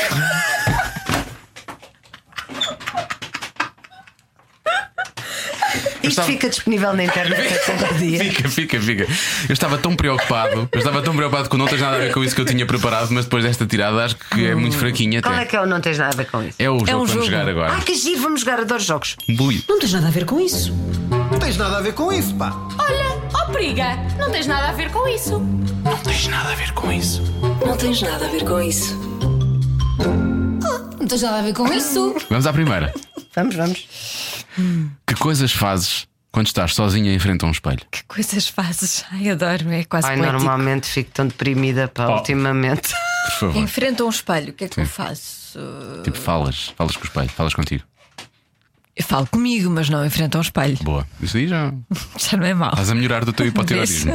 Isto estava- fica disponível na internet a cada dia. Fica, fica, fica. Eu estava tão preocupado, eu estava tão preocupado que não tens nada a ver com isso que eu tinha preparado, mas depois desta tirada acho que é muito fraquinha Qual é até. que é o não tens nada a ver com isso? É o jogo um que vamos jogo. jogar agora. Ai, que giro, vamos jogar, adoro jogos. Bui. Não tens nada a ver com isso. Não tens nada a ver com isso, pá. Olha, ó periga, não tens nada a ver com isso. Não tens nada a ver com isso. Não tens nada a ver com isso. Não tens nada a ver com isso. Vamos à primeira. Vamos, vamos. Que coisas fazes quando estás sozinha em frente a um espelho? Que coisas fazes? Ai, adoro, é quase Ai, poético. normalmente fico tão deprimida, pá, Oh. ultimamente. Por favor. Em frente a um espelho, o que é que eu faço? Tipo, falas, falas com o espelho, falas contigo. Eu falo comigo, mas não em frente a um espelho. Boa. Isso aí já Já não é mau. estás a melhorar do teu hipotiroidismo.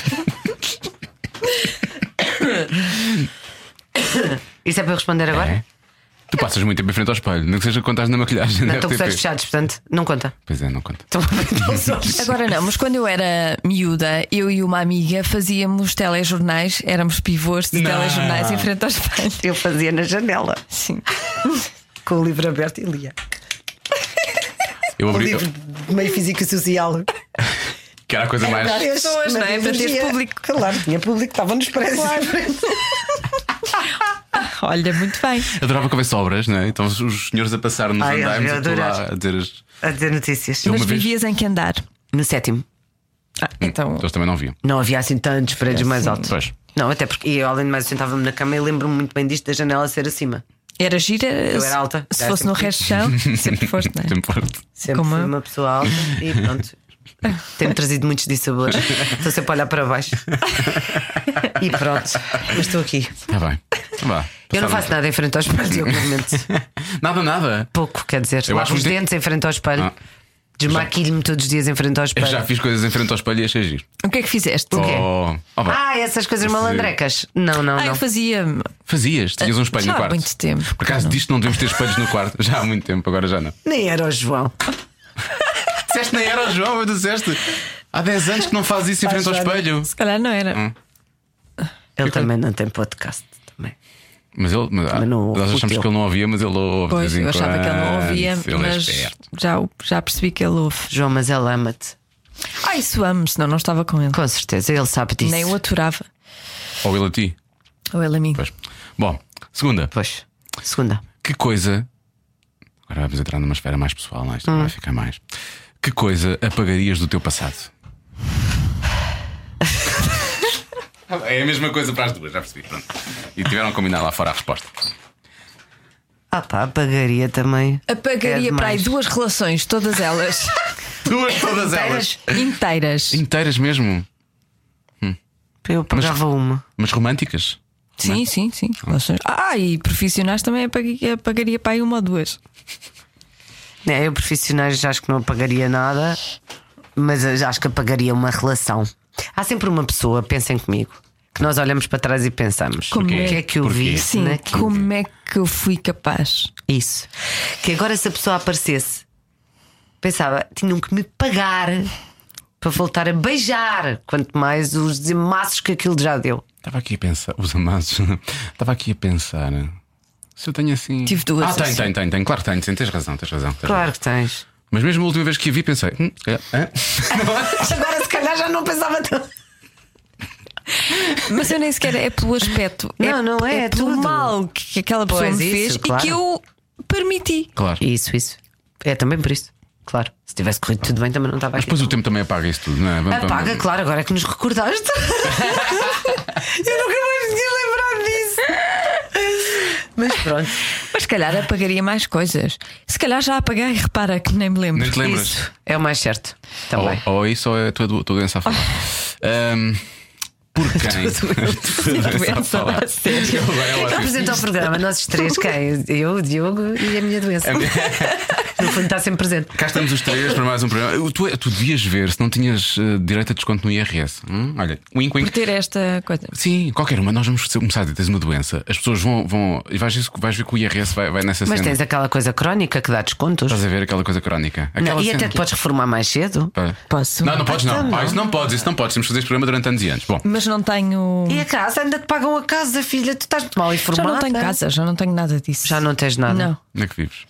Isso é para eu responder agora? É? Tu passas muito tempo em frente ao espelho, não que seja quando estás na maquilhagem. Não, da estou com os R T P. olhos fechados, portanto, não conta. Pois é, não conta. Estou com os olhos. Agora não, mas quando eu era miúda, eu e uma amiga fazíamos telejornais, éramos pivôs de Não. telejornais em frente ao espelho. Eu fazia na janela, Sim. com o livro aberto e lia. Eu O abri. livro de meio física social. Que era a coisa mais. As pessoas, não é? Para ter público. Claro, tinha público, estava nos preços. Olha, muito bem. Adorava que houvesse obras, não é? Então os- os senhores a passar nos Ai, andaimes eu e tu lá adorava. a dizer as. A dizer notícias. Eu Mas uma vez- vivias em que andar? No sétimo. Ah, então. Eles também não viam. Não havia assim tantos prédios mais altos. Pois. Não, até porque, e eu, além de mais, eu sentava-me na cama e lembro-me muito bem disto da janela ser acima. Era gira. Eu era alta. Se Era fosse no sempre resto do chão, sempre foste, não é? Sempre forte. Sempre Como fui eu. uma pessoa alta e pronto. Tenho trazido muitos dissabores. Estou sempre a olhar para baixo. E pronto. Mas estou aqui. Está bem. Então vá. Eu não Passaram- faço nada em frente ao espelho, eu realmente. Nada, nada. Pouco, quer dizer, Eu lavo acho os muito- dentes em frente ao espelho. Ah. Desmaquilho-me todos os dias em frente ao Eu espelho. já fiz coisas em frente ao espelho e achei giro. O que é que fizeste? quê? Oh, oh, vá. Ah, essas coisas Esse- malandrecas. Não, não, Ah, não. eu fazia. Fazias, tinhas um espelho Já no há quarto. muito tempo. Por acaso disto não devemos ter espelhos no quarto. Já há muito tempo, agora já não. Nem era o João. Disseste nem era o João, mas disseste. Há dez anos que não faz isso em frente ao espelho. Se calhar não era. Hum. Ele também não tem podcast. Também. Mas ele, mas, Também não ouve nós o achamos teu. que ele não ouvia, mas ele ouve. de Pois, vez em eu achava que ele não quando. ouvia, Ele é mas esperto. já, já percebi que ele ouve. João, mas ele ama-te. Ah, isso amo, senão não estava com ele. Com certeza, ele sabe disso. Nem o aturava. Ou ele a ti. Ou ele a mim. Pois. Bom, segunda. Pois. Segunda. Que coisa. Agora vamos entrar numa esfera mais pessoal, não é? Isto Hum. vai ficar mais. Que coisa apagarias do teu passado? É a mesma coisa para as duas, já percebi. Pronto. E tiveram a combinar lá fora a resposta. Ah pá, apagaria também. Apagaria É para aí demais. duas relações, todas elas. Duas, todas elas. Inteiras. Inteiras mesmo. Eu pagava uma. Mas românticas. Sim, sim, sim. Relações. Ah, e profissionais também apagaria, apagaria para aí uma ou duas. É, eu profissionais já acho que não apagaria nada, mas eu já acho que apagaria uma relação. Há sempre uma pessoa, pensem comigo, que nós olhamos para trás e pensamos: Como o que é? é que eu Porquê? vi Sim, naquilo? como é que eu fui capaz? Isso. Que agora, se a pessoa aparecesse, pensava, tinham que me pagar para voltar a beijar, quanto mais os demassos que aquilo já deu. Estava aqui a pensar. Os amassos. Estava aqui a pensar. Se eu tenho assim. Tive duas Ah, tenho, assim. tenho, tenho, tenho. Claro que tenho. Sim, tens razão, tens razão. Tens Claro razão. que tens. Mas mesmo a última vez que a vi, pensei. Hum, se calhar, hã? Agora, se calhar, já não pensava tanto. Mas eu nem sequer é pelo aspecto. Não, não é, É é pelo tudo. mal que aquela pessoa Pois, me isso, fez claro. e que eu permiti. Claro. Isso, isso. É também por isso. Claro. Se tivesse corrido tudo bem, também não estava Mas aqui. depois o tempo também apaga isso tudo, não é? Vamos- Apaga, vamos- claro, agora é que nos recordaste. Eu nunca mais me tinha lembrado disso. Mas pronto. Mas se calhar apagaria mais coisas. Se calhar já apaguei, repara que nem me lembro. Nem te lembras? Isso é o mais certo. Também. Ou, ou isso ou é a tua, do- tua doença a falar. Ahm, por quem? Tua doença a falar. A sério. Agora é ótimo. Apresenta o programa, nós os três, quem? Eu, o Diogo e a minha doença. No fundo está sempre presente. Cá estamos os três para mais um programa. Tu, tu devias ver se não tinhas uh, direito a desconto no I R S. Hum? Olha, wink, Por wink. ter esta coisa. Sim, qualquer uma. Nós vamos começar a dizer: tens uma doença. As pessoas vão. vão e vais, ver- vais ver que o I R S vai, vai nessa Mas cena. tens aquela coisa crónica que dá descontos. Estás a ver aquela coisa crónica. Aquela Não, e cena até te que- podes reformar mais cedo. Pá. Posso? Não, não podes, não. Então, não. Ah, isso não podes, isso não podes. Temos que fazer este programa durante anos e anos. Bom, Mas não tenho. E a casa, ainda te pagam a casa, filha. Tu estás muito mal Já informada. não tenho casa, já não tenho nada disso. Já não tens nada. Não. onde é que vives?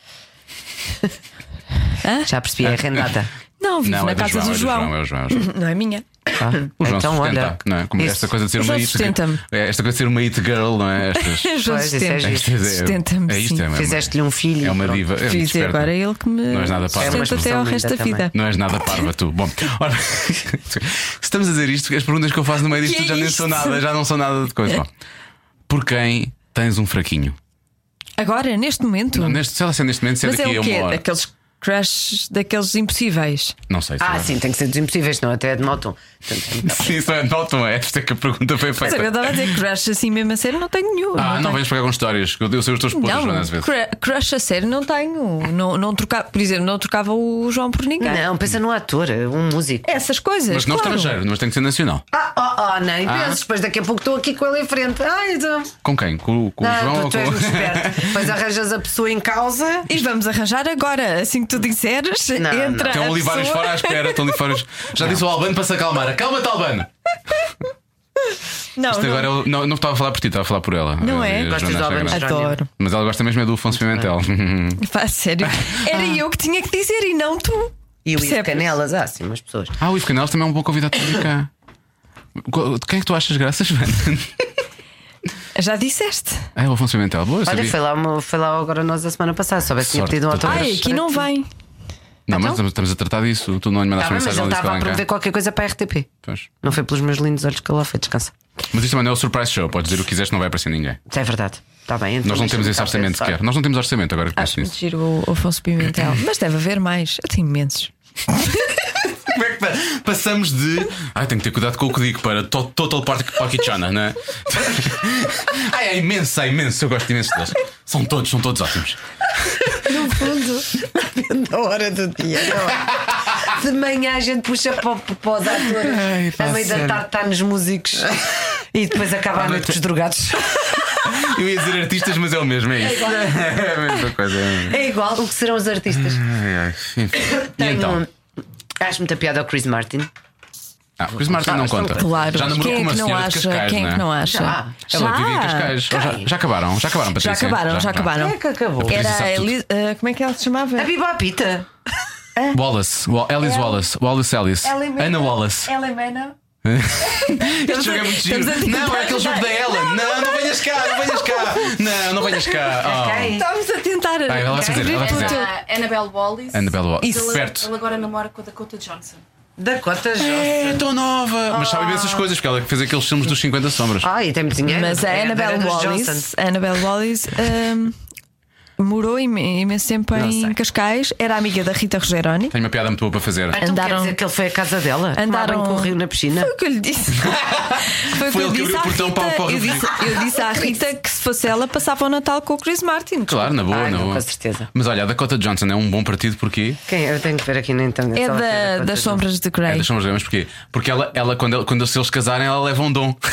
Já percebi, é arrendada. Não, vivo Não, na é do casa João, do é do João. João, é o João, é o João. Não é minha. Ah, O João então, sustenta, olha. não é? Como isso. esta coisa de ser O uma João it sustenta-me. é, esta coisa de ser uma it girl, não é? Estas, João Pois, isso é sustenta-me. giro. estas é, Sustenta-me, é isto, sim. é uma- Fizeste-lhe um filho. É uma pronto. diva. É muito Fiz e esperta. agora é ele que me Não és nada parva. É uma sustenta até ao expressão resto da linda vida. também. Não és nada parva, tu. Bom, ora, se estamos a dizer isto, as perguntas que eu faço no meio disto Que tudo já é nem isto? são nada, já não são nada de coisa. Bom, por quem tens um fraquinho? Agora, neste momento. Não, neste, sei lá se é neste momento, se é Mas é daqui a o quê? uma hora. Daqueles crushes, daqueles impossíveis. Não sei se Ah, é. sim, tem que ser dos impossíveis, não até é de moto. Sim, isso é, não, não é. Esta é que a pergunta foi Mas eu feita. estava a dizer crush assim mesmo a sério, não tenho nenhum. Ah, não tenho. venhas pegar com histórias, que eu eu sei os teus podres, Não, Joana, às vezes. cru- crush a sério não tenho. Não, não trocava, por exemplo, não trocava o João por ninguém. Não, pensa num ator, um músico. Essas coisas. Mas não claro. estrangeiro, mas tem que ser nacional. Ah, oh, oh, nem Ah. penses, depois daqui a pouco estou aqui com ele em frente. Ai, então. Com quem? Com, com o Não, João tu, ou tu és com. muito esperto. Depois arranjas a pessoa em causa. E vamos arranjar agora, assim que tu disseres, Não, entra. Estão a ali vários pessoa- fora à espera. Estão ali vários... Já disse o Albano para se acalmar. Acalma-te, Albano. Não, Isto não. agora é o- não, não estava a falar por ti, estava a falar por ela. Não A- é? a Gostas Joana do acha Albano graça. Jerónimo? Adoro. Mas ela gosta mesmo é do Afonso Pimentel. Faz sério. Era eu que tinha que dizer e não tu. E o Ivo Percebes? Canelas, ah, sim, umas pessoas. Ah, o Ivo Canelas também é um bom convidado para vir cá. Qual- De quem é que tu achas graças, Joana? Já disseste. É o Afonso Pimentel. Boa, eu Olha, sabia. foi lá, uma- foi lá agora nós a semana passada. Se soubesse que tinha Sorte pedido um de tu autógrafo. Ai, aqui não vem. Não, mas Então? estamos, estamos a tratar disso. Tu não lhe Tá mandaste bem, mas mensagem ele ali estava a se promover cá. qualquer coisa para a R T P. Pois. Não foi pelos meus lindos olhos que ele lá foi, descansa. Mas isto também não é o surprise show. Podes dizer o que quiseres, não vai aparecer ninguém. Isso é verdade. Está bem. Então Nós não deixa-me temos esse cá orçamento pensar. sequer. Nós não temos orçamento agora que penso Acho muito nisso. giro o Afonso Pimentel. Mas deve haver mais. Eu tenho imensos. Como é que pa- passamos de. Ai, tenho que ter cuidado com o que digo para to- Total Pokichana, não é? Ai, é imenso, é imenso. Eu gosto imenso deles. São todos, são todos ótimos. No fundo, da hora do dia. De manhã a gente puxa para, o- para os atores. Ai, pá, A meio da sério. tarde está nos músicos. E depois acaba a noite com os drogados. Eu ia dizer artistas, mas é o mesmo, é isso. É a mesma coisa. É igual o que serão os artistas. Ai, ai, enfim. E Tenho- então? Acho muita piada ao Chris Martin. Ah, Chris Martin não conta. Claro. Já namorou Quem com é uma que não senhora de acha? Cascais, Quem é que não não é? acha? Já. Ela vivia em Cascais. Já, já acabaram? Já acabaram, Já Patrícia? acabaram, já acabaram. Quem é que acabou? Patrícia Era sabe a tudo. Eli- ah, como é que ela se chamava? A Biba a Pita. Wallace, Wa- Alice Wallace, Wallace Alice, Ana Wallace. Ela Mena. Este jogo é muito giro. estamos a tentar- Não, é aquele jogo da Ellen. Não, não venhas cá, não venhas cá. Não, não venhas cá. Oh. Quem? Estamos a tentar. ela vai fazer, ela vai fazer. A Annabelle Wallis. Annabelle Wallace. Isso. Ele, Certo. ele agora namora com a Dakota Johnson. Dakota Johnson. É tão nova, mas sabe imensas coisas, porque ela fez aqueles filmes dos cinquenta Sombras. Ah, e tem muito dinheiro. Mas a É Annabelle dos Wallis, Johnson. a Annabelle Wallis hum, morou im- imenso tempo Não em sei. Cascais, era amiga da Rita Rogeroni. Tenho uma piada muito boa para fazer. Então Andaram- quer dizer que ele foi à casa dela? Andaram Andaram com o rio na piscina. Foi o que eu lhe disse. Foi o que Foi eu ele que disse abriu à o portão Rita. para o- para o Eu rio. disse, eu disse à Rita que se fosse ela passava o Natal com o Chris Martin. Claro, na boa, Ai, na não, boa. com certeza. Mas olha, a Dakota Johnson é um bom partido porque. Quem? Eu tenho que ver aqui na internet. É se ela tem da, Dakota das Johnson. sombras de Grey. É, deixa-me ver, mas porquê? Porque ela, ela quando, ela- quando se eles casarem, ela leva um dom.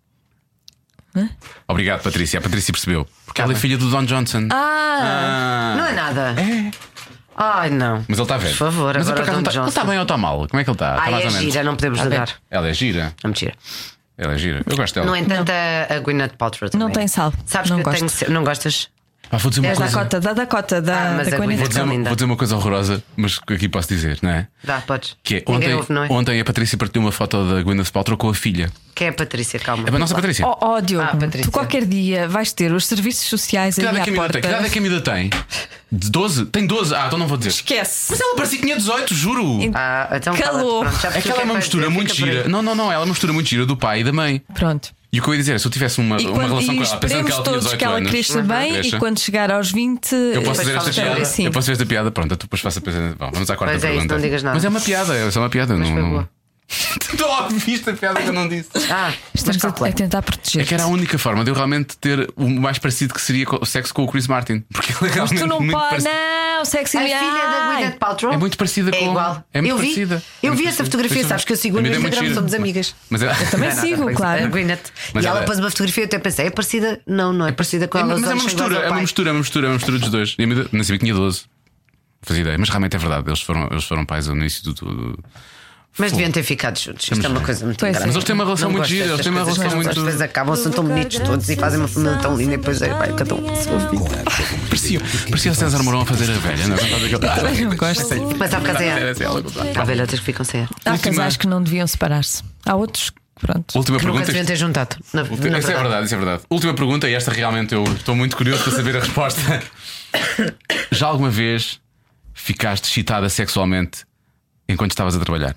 Obrigado, Patrícia. A Patrícia percebeu. Porque ela é filha do Don Johnson. Ah, Ah. Não é nada. É. Ai, não. Mas ele está velho. Por favor, mas agora por acaso Don não tá- ele está Johnson. bem ou está mal? Como é que ele está? Está Ai, mais é ou menos. gira, não podemos Está bem. julgar. Ela é gira. É mentira. Ela é gira. Eu gosto dela. No entanto, a, a Gwyneth Paltrow também. Não tem sal. Sabes Não que eu gosto. tenho que ser- Não gostas? Ah, vou dizer uma é da coisa. Dakota, da Dakota, da, Ah, mas da a Gwyneth. Vou dizer, uma, linda. vou dizer uma coisa horrorosa, mas que aqui posso dizer, não é? Dá, podes. Que é, Ninguém ontem, ouve, não é? ontem a Patrícia partilhou uma foto da Gwyneth Paltrow com a filha. Quem é a Patrícia? Calma. É a nossa Patrícia. Oh, oh Diogo, Ah, Patrícia. tu qualquer dia vais ter os serviços sociais Que aí idade é à que a miúda porta. tem? Que idade é que a miúda tem? De doze? Tem doze? Ah, então não vou dizer. Esquece. Mas ela parecia que tinha dezoito, juro. Ah, então Calou. cala-te, pronto, já É percebi que ela é o uma vais mistura dizer, muito fica por aí. gira. Não, não, não. Ela é uma mistura muito gira do pai e da mãe. Pronto. E o que eu ia dizer é: se eu tivesse uma, E, uma quando, relação e com ela, pensando que esperemos ela tinha todos dezoito que ela anos. cresça bem Cresça. e quando chegar aos vinte. Eu posso Depois fazer esta falas piada. sobre isso. Eu posso fazer esta piada. Pronto, tu depois faça a pensar. Bom, vamos à quarta Pois é, isso, pergunta. não digas nada. Mas é uma piada, é só uma piada. Mas não, foi não... boa. Estou a ouvir a piada que eu não disse. Ah, Estamos a, calculei. a tentar proteger. É que era a única forma de eu realmente ter o mais parecido que seria o sexo com o Chris Martin. Porque ele é Mas realmente tu não muito podes. parecido. Não, sexy A me- filha da Ai. Gwyneth Paltrow É muito parecida é com. igual. É muito eu vi, parecida. eu É vi muito essa parecida. fotografia, Deixa-me sabes que eu sigo ver. no A miúda é muito Instagram, gira. somos amigas. Mas é... Também Não é sigo, nada, foi claro. A Gwyneth. Mas e ela ela- pôs uma fotografia, eu até pensei, é parecida? Não, não é parecida com É, ela. mas os é uma olhos mistura, iguais ao é uma pai. mistura, é uma mistura, é uma mistura dos dois. E a miúda, não sabia que tinha doze. Fazia ideia. Mas realmente é verdade. Eles foram, eles foram pais no início do tudo. Mas deviam ter ficado juntos. Isto é uma coisa muito Pois é. engraçada. Mas eles têm uma relação Não muito gosto gira, eles destas têm uma coisas, relação mas muito- Depois acabam, são tão bonitos todos e fazem uma família tão linda e depois é, vai, cada um a sua vida. Parecia, parecia o César Mourão a fazer a velha, não é? Eu não gosto. Mas há casais. Há velhotas que ficam sem ar. Há Última- casais que não deviam separar-se. Há outros que, pronto. Última Que nunca pergunta. deviam ter juntado. Na, na Isso é verdade. verdade, isso é verdade. Última pergunta, e esta realmente eu estou muito curioso para saber a resposta. Já alguma vez ficaste excitada sexualmente enquanto estavas a trabalhar?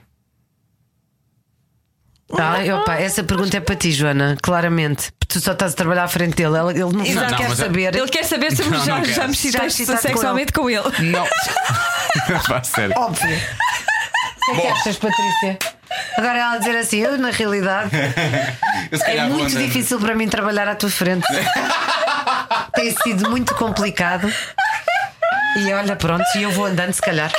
Ah, opa, essa pergunta é para ti, Joana, claramente. Tu só estás a trabalhar à frente dele. Ele, ele não, Exato. não quer mas é- saber. Ele quer saber se Não, já, não quero. já me Já excitaste excitaste com sexualmente com ele. Não. Vá, sério. Óbvio. O que é que achas, Patrícia? Agora ela dizer assim, eu na realidade Eu, se é calhar, vou muito andando. difícil para mim trabalhar à tua frente. Tem sido muito complicado. E olha, pronto, e eu vou andando, se calhar.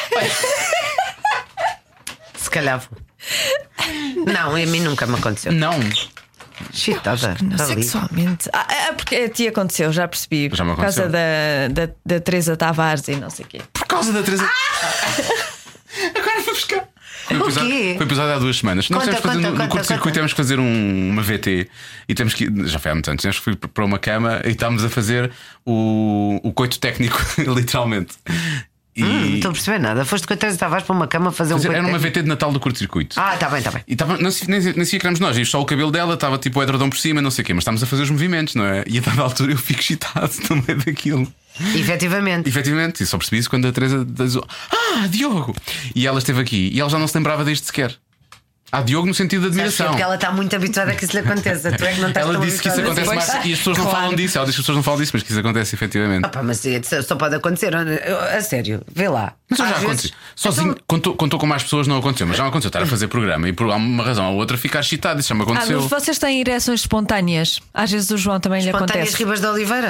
Se calhar vou. Não, a mim nunca me aconteceu. Não. Chitada. Não, tá ali. sexualmente. Ah, é porque a ti aconteceu, já percebi. Já me Por causa aconteceu. da, da, da Teresa Tavares e não sei o quê. Por causa da Teresa. Agora vou buscar. Foi O episódio, quê? foi episódio há duas semanas. Nós Conta, temos que fazer conta, no, no conta, curto-circuito conta. temos que fazer um- uma V T e temos que ir- já foi há muito antes, temos que ir para uma cama e estávamos a fazer o, o coito técnico, literalmente. E Hum, não estou a perceber nada. Foste com a Teresa Tavares para uma cama fazer um fazer- era coito uma V técnico? T de Natal do curto-circuito. Ah, está bem, está bem. E tava, não, se- nem, nem sequer éramos nós, e só o cabelo dela estava tipo o edredom por cima, não sei o quê, mas estávamos a fazer os movimentos, não é? E a dada altura eu fico excitado no meio daquilo. Efetivamente. Efetivamente, e só percebi isso quando a Teresa diz: Ah, Diogo! E ela esteve aqui e ela já não se lembrava disto sequer. Ah, Diogo no sentido de Sabes que é admiração. porque ela está muito habituada a que isso lhe aconteça. Tu é que não estás Ela tão disse que isso habituada a acontece mais e as pessoas não Claro. falam disso. Ela diz que as pessoas não falam disso, mas que isso acontece efetivamente. Ah, pá, mas isso só pode acontecer. A sério, vê lá. Mas eu já Às vezes- aconteceu. Sozinho, Então, quando estou com mais pessoas, não aconteceu. Mas já me aconteceu estar a fazer programa e por uma razão ou outra ficar excitado. Isso já me Ah, aconteceu. mas vocês têm ereções espontâneas. Às vezes o João também lhe Espontâneas acontece. Ribas de Oliveira.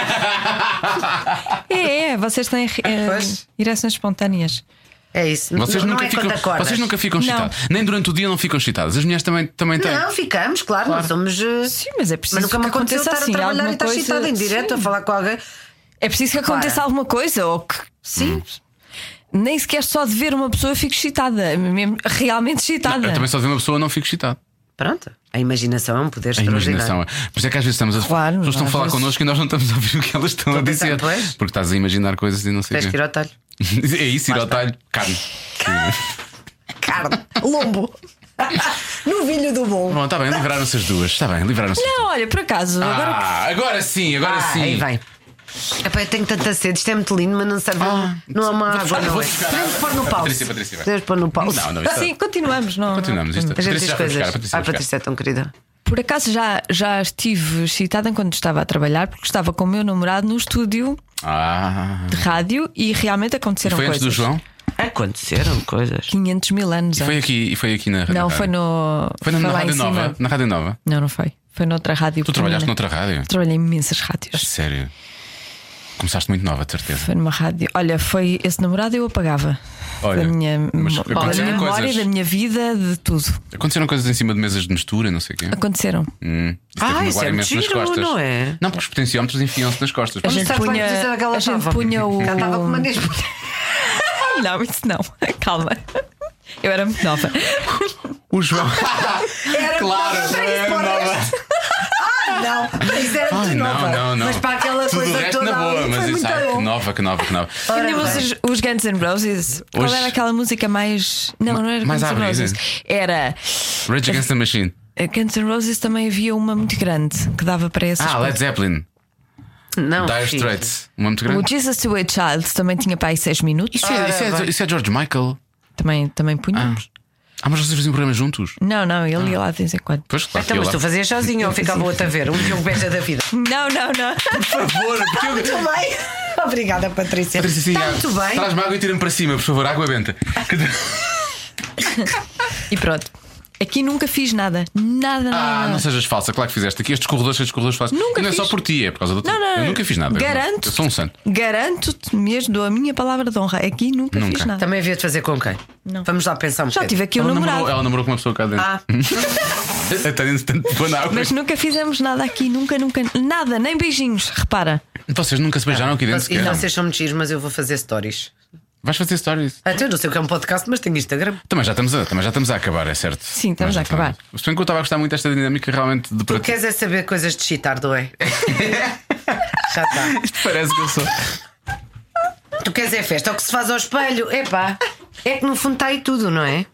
É, é, vocês têm eh, Pois. ereções espontâneas. É isso. Vocês, não, nunca não é ficam, quando acordas. vocês nunca ficam Não. excitados. Nem durante o dia não ficam excitadas. As mulheres também, também têm. Não, ficamos, claro, não somos. uh, Sim, mas é preciso Mas nunca me que aconteceu aconteça estar assim, a trabalhar alguma e estar coisa- excitada em direto Sim. a falar com alguém. É preciso que aconteça Para. alguma coisa ou que. Sim. Nem sequer só de ver uma pessoa eu fico excitada. Mesmo realmente excitada. Eu também só de ver uma pessoa não fico excitado. Pronto. A imaginação é um poder A imaginação. extraordinário. é- Por isso é que às vezes estamos a Claro, as pessoas estão a às falar vezes- connosco e nós não estamos a ouvir o que elas estão a Estou a pensar, dizer. pois. Porque estás a imaginar coisas e não sei o Tens que quê. ir ao talho. É isso, ir ao talho. Carne. Carne. Lombo. Novilho do bom. Bom, está bem, livraram-se as duas. Está bem, livraram-se. Não, olha, por acaso, agora Ah, agora sim, agora Ah, sim. aí vem. Epá, eu tenho tanta sede, isto é muito lindo, mas não serve. Ah, não há uma água, não é? buscar Podemos água. pôr no pause. Patrícia, Patrícia, vai. Podemos pôr no pause. Não, não, isto Sim, continuamos, não? Continuamos isto. A gente Patrícia diz já foi coisas. buscar, a Patrícia Ai, vai buscar. Patrícia é tão querida. Por acaso já, já estive excitada enquanto estava a trabalhar, porque estava com o meu namorado no estúdio Ah. de rádio e realmente E aconteceram foi antes coisas. do João? Aconteceram coisas. quinhentos mil anos E foi antes. aqui, e foi aqui na rádio. Não, foi no. Foi na, na lá Rádio em Nova. cima. Na Rádio Nova. Não, não foi. Foi noutra rádio. Tu trabalhaste pequenina. noutra rádio? Trabalhei em imensas A rádios. sério. Começaste muito nova, de certeza. Foi numa rádio. Olha, foi esse namorado eu apagava. Olha, da minha, mas mo- da aconteceram minha memória, coisas. da minha vida, de tudo. Aconteceram coisas em cima de mesas de mistura, não sei o quê. Aconteceram. Hum. Isso Ah, teve-me isso agora é imenso nas giro, costas. não é? Não, porque os potenciómetros enfiam-se nas costas. A gente Sabes punha, quanto dizer que ela a gente estava? punha o. Ela estava com maneiras. Não, isso não. Calma. Eu era muito nova. O João. Era Claro, é nova. Não, mas era Ai, muito não, nova. não, não. Mas para aquela Tudo o coisa resto toda na boa, ali, mas foi isso, muito ai, que bom. nova, que nova, que nova. Ora Tínhamos bem. os, os Guns N' Roses. Qual Hoje- era aquela música mais. Não, não era mais Guns à N' brisa. Roses. Era. Rage Against the Machine. A Guns N' Roses também havia uma muito grande que dava para essas Ah, Led coisas. Zeppelin. Não, Dire filho. Straits. Uma muito O grande. Jesus to a Child também tinha para aí seis minutos. Isso é, isso, é, isso é George Michael. Também, também punhamos. Ah, mas vocês faziam um programa juntos? Não, não, ele ia lá de vez em quando. Pois, claro. Então, que mas eu tu lá. fazias sozinho ou ficava outra a ver? Um jogo besta da vida. Não, não, não. Por favor, porque eu. Muito bem. Obrigada, Patrícia. Patrícia, sim, Está água. muito bem. Traz-me água e tira-me para cima, por favor, água benta. E pronto. Aqui nunca fiz nada. Nada, nada. Ah, nada. não sejas falsa, claro que fizeste. Aqui estes corredores, estes corredores fazem. Nunca E não é fiz. só por ti, é por causa do Não, não, Eu nunca fiz nada. Garanto. Eu sou um santo. Garanto-te mesmo, dou a minha palavra de honra. Aqui nunca, Nunca. fiz nada. Também havia de fazer com quem? Não. Vamos lá pensar um Já bocadinho. tive aqui um Ela namorado. namorou, ela namorou com uma pessoa cá dentro. Ah, Está dentro de tanto pôr na água. Mas nunca fizemos nada aqui, nunca, nunca. Nada, nem beijinhos, repara. Vocês nunca se beijaram aqui dentro e sequer? vocês são muito giros, mas eu vou fazer stories. Vais fazer stories? Até eu não sei o que é um podcast, mas tenho Instagram. Também já estamos a, também já estamos a acabar, é certo? Sim, estamos Mas a acabar. Se bem que eu estava a gostar muito desta dinâmica realmente de Tu praticar. queres é saber coisas de chitar, não é? Já está. Isto parece que eu sou. Tu queres é festa, é o que se faz ao espelho. Epá, é que no fundo está aí tudo, não é?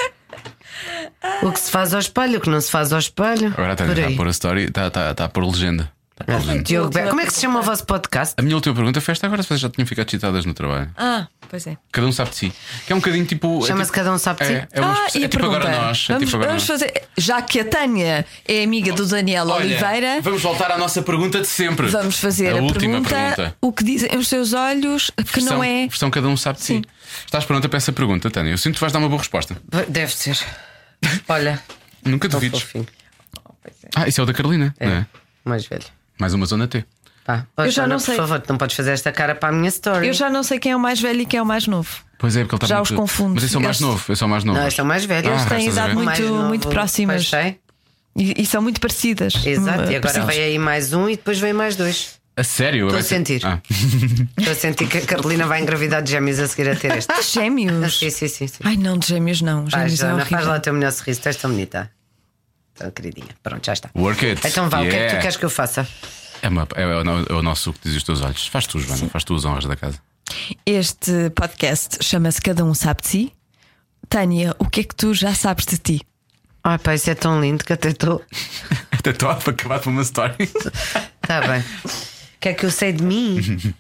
O que se faz ao espelho, o que não se faz ao espelho. Agora está, Por está a aí. pôr a story, está, está, está a pôr legenda. Está a pôr legenda. Diogo Beja, como é que se chama o vosso podcast? A minha última pergunta foi esta agora, se vocês já tinham ficado excitadas no trabalho. Ah, pois é. Cada um sabe de si. Que é um bocadinho tipo. é Chama-se tipo- Cada Um Sabe de Si? É, é, uma ah, espécie- e é a tipo pergunta? agora nós. É vamos, tipo agora vamos nós. fazer. Já que a Tânia é amiga do Daniel Olha, Oliveira, vamos voltar à nossa pergunta de sempre. vamos fazer a, a, última pergunta, pergunta. O que dizem os seus olhos, que Versão- não é. Versão cada um sabe de si. Sim. Estás pronta para essa pergunta, Tânia? Eu sinto que tu vais dar uma boa resposta. Deve ser. Olha, Nunca tão duvides. fofinho. Ah, isso é o da Carolina, É, não é? mais velho. Mais uma zona T. Pá, Eu já Joana, não por sei. favor, tu não podes fazer esta cara para a minha story. Eu já não sei quem é o mais velho e quem é o mais novo. Pois é, porque ele está Já muito... os confundo. Mas eu sou mais Eles- novo, eu sou mais novo. Não, este é o mais velho. Ah, Eles têm estás a idade ver? muito, Mais novo. muito próximas. Pois sei. E, e são muito parecidas. Exato, Hum, e agora parecidas. vem aí mais um e depois vem mais dois. A sério? Estou Vai a ser- sentir. Ah. Estou a sentir que a Carolina vai engravidar de gêmeos a seguir a ter este. Ah, gêmeos. Ah, sim, sim, sim, sim. Ai, não, de gêmeos não. Vai, Gêmeos é Joana, horrível. faz lá o teu melhor sorriso, tu és tão bonita. Tão queridinha. Pronto, já está. Work it. Então vá, o que é que tu Yeah. queres que eu faça? É, uma- é o, é o nosso que diz os teus olhos. Faz tu, Joana, faz tu as honras da casa. Este podcast chama-se Cada Um Sabe de Si. Tânia, o que é que tu já sabes de ti? Ai pá, isso é tão lindo que até estou. Até estou a acabar por uma story. Está bem. O que é que eu sei de mim?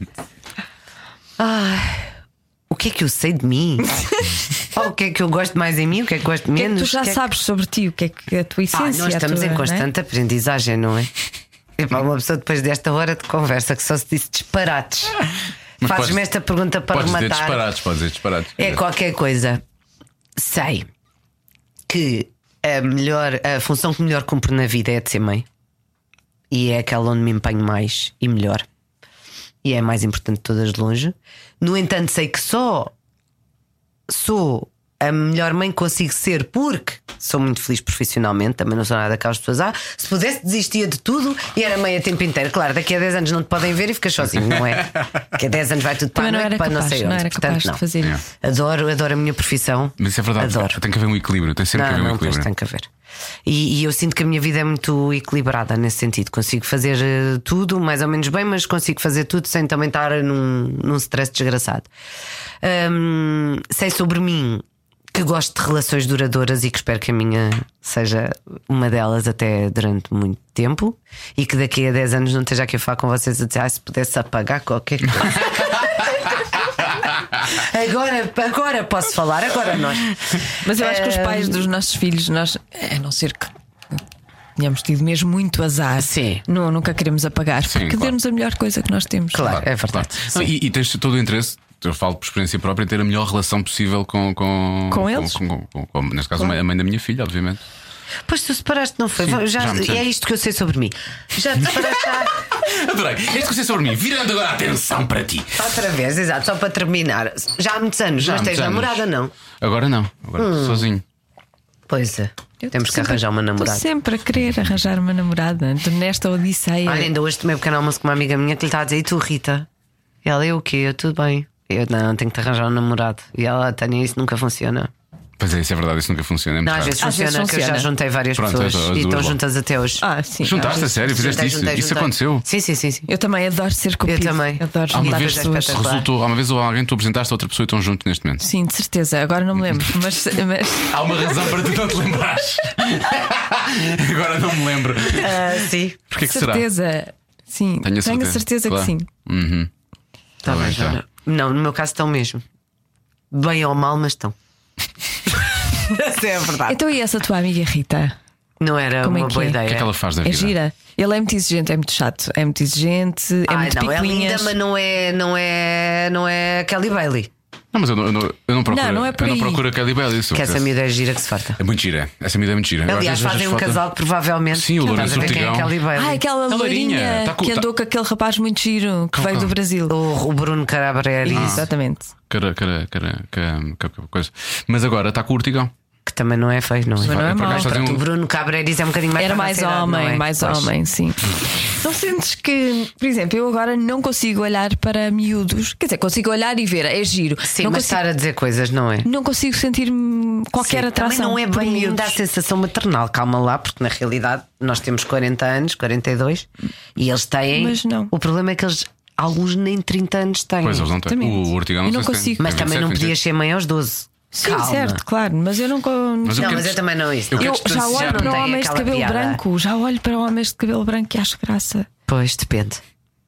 Ai, o que é que eu sei de mim? Ou o que é que eu gosto mais em mim? O que é que gosto O que é menos? que tu já O que é que- sabes sobre ti? O que é que a tua Ah, essência nós a estamos tua, em não é? constante aprendizagem, não é? E para uma pessoa depois desta hora de conversa que só se disse disparates. Mas Fazes-me podes- esta pergunta para Podes dizer rematar. disparados, podes dizer disparados. É qualquer coisa. Sei que a melhor, a função que melhor cumpro na vida é a de ser mãe. E é aquela onde me empenho mais e melhor. E é a mais importante de todas de longe. No entanto, sei que só sou a melhor mãe que consigo ser porque sou muito feliz profissionalmente. Também não sou nada daquelas pessoas. Ah, se pudesse desistia de tudo e era mãe a tempo inteiro. Claro, daqui a dez anos não te podem ver e ficas sozinho, não é? Daqui a dez anos vai tudo para Também a não noite, era para capaz, não sei não onde. era Portanto, capaz não. de fazer É. isso. Adoro, adoro a minha profissão. Mas isso é verdade. Adoro. Tem que haver um equilíbrio. Tem sempre que Não, haver um não, pois equilíbrio. tem que haver. E, e eu sinto que a minha vida é muito equilibrada nesse sentido. Consigo fazer eh, tudo mais ou menos bem, mas consigo fazer tudo sem também estar num, num stress desgraçado. Hum, sei sobre mim que gosto de relações duradouras e que espero que a minha seja uma delas até durante muito tempo e que daqui a dez anos não esteja aqui a falar com vocês a dizer ah, se pudesse apagar qualquer coisa. Agora, agora posso falar, agora nós. Mas eu acho que os Eh, pais dos nossos filhos, nós, a não ser que tenhamos tido mesmo muito azar, Sim. não, nunca queremos apagar, Sim, porque claro. demos a melhor coisa que nós temos. Claro, é verdade. Não, e, e tens todo o interesse, eu falo por experiência própria, em ter a melhor relação possível com com, Com eles? com, com, com- com- neste caso, a mãe da minha filha, obviamente. Pois tu separaste, não foi? Sim, já, já me é sei. isto que eu sei sobre mim. Já te separaste já? Adorei. Este que eu sei sobre mim, virando agora a atenção para ti. Outra vez, exato, só para terminar. Já há muitos anos, Já há mas tens muitos anos. namorada, não? Agora não, agora Hum. estou sozinho. Pois é. Eu Temos tô que sempre- arranjar uma namorada. Estou sempre a querer arranjar uma namorada. Estou nesta odisseia. Olha, ainda hoje tomei um pequeno almoço com uma amiga minha que lhe está a dizer: e tu, Rita? E ela, eu o quê? Eu, tudo bem. Eu, não, tenho que te arranjar um namorado. E ela, Tânia, isso nunca funciona. Pois é, isso é verdade, isso nunca funciona. É muito Não, às raro. vezes Às funciona, vezes que eu já funciona. juntei várias Pronto, pessoas então, as e duas estão voltam. juntas até hoje. Ah, sim. Juntaste a sério, fizeste Juntei, isso? juntei, Isso juntei. aconteceu? Sim, sim, sim, sim. Eu também adoro ser cupido. Eu também. Adoro Há uma juntar vez pessoas. espetacular. resultou, há uma vez ou alguém tu apresentaste a outra pessoa e estão juntos neste momento. Sim, de certeza. Agora não me lembro. mas, mas Há uma razão para tu não te lembrares. Agora não me lembro. Ah, sim. Porquê que será? certeza. Sim, Tenho a certeza, certeza claro. que sim. Uhum. Tá Tá bem, bem, já. tá. Não, no meu caso estão mesmo. Bem ou mal, mas estão. Essa é a verdade. Então, e essa tua amiga Rita? Não era Como é uma que boa é? ideia. O que é que ela faz da É vida? gira. Ele é muito exigente, é muito chato. É muito exigente, é Ai, muito não, é linda, picuinhas. mas não é, não é, não é Kelly Bailey. Não, mas eu não, eu não, eu não procuro. Não, não é por eu não aí. procuro a Kelly Bailey. isso Que essa acontece. miúda é gira que se farta. É muito gira. Essa miúda é muito gira. Eu às Aliás, vezes vejo fazem as um fotos- casal que provavelmente. Sim, o Estás Lourenço a ver quem é Ortigão. Kelly Bailey. Ah, aquela A loirinha, loirinha tá com- que tá- andou com aquele rapaz muito giro que Qual, veio qual? do Brasil. O, o Bruno Carabreri, Exatamente. Cara, cara, cara, cara, cara, coisa. Mas agora está com o Urtigão. que também não é feio, não é? Mas não é Por mau. acaso fazem Pronto, um- o Bruno Cabreiris é um bocadinho mais Era para a mais nossa idade, homem, não é? mais Pois. homem, sim. Não sentes que, por exemplo, eu agora não consigo olhar para miúdos, quer dizer, consigo olhar e ver, é giro. Sim, não, mas consigo, estar a dizer coisas, não é? não consigo sentir qualquer Sim, atração. também não é por bem miúdos. ainda a sensação maternal, calma lá, porque na realidade nós temos quarenta anos, quarenta e dois, e eles têm. Mas não. O problema é que eles, alguns nem trinta anos têm. Pois eles não têm. Exatamente. O Urtigão não, Eu não sei se tem. consigo. Mas Tem também não vinte e sete, podias ser mãe aos doze. Sim, Calma. certo, claro, mas eu não. Mas eu Não, quero mas eu também não isso. eu não. Eu quero já olho distanciar-me. para Tem homens de aquela cabelo piada. branco, já olho para homens de cabelo branco e acho graça. Pois, depende.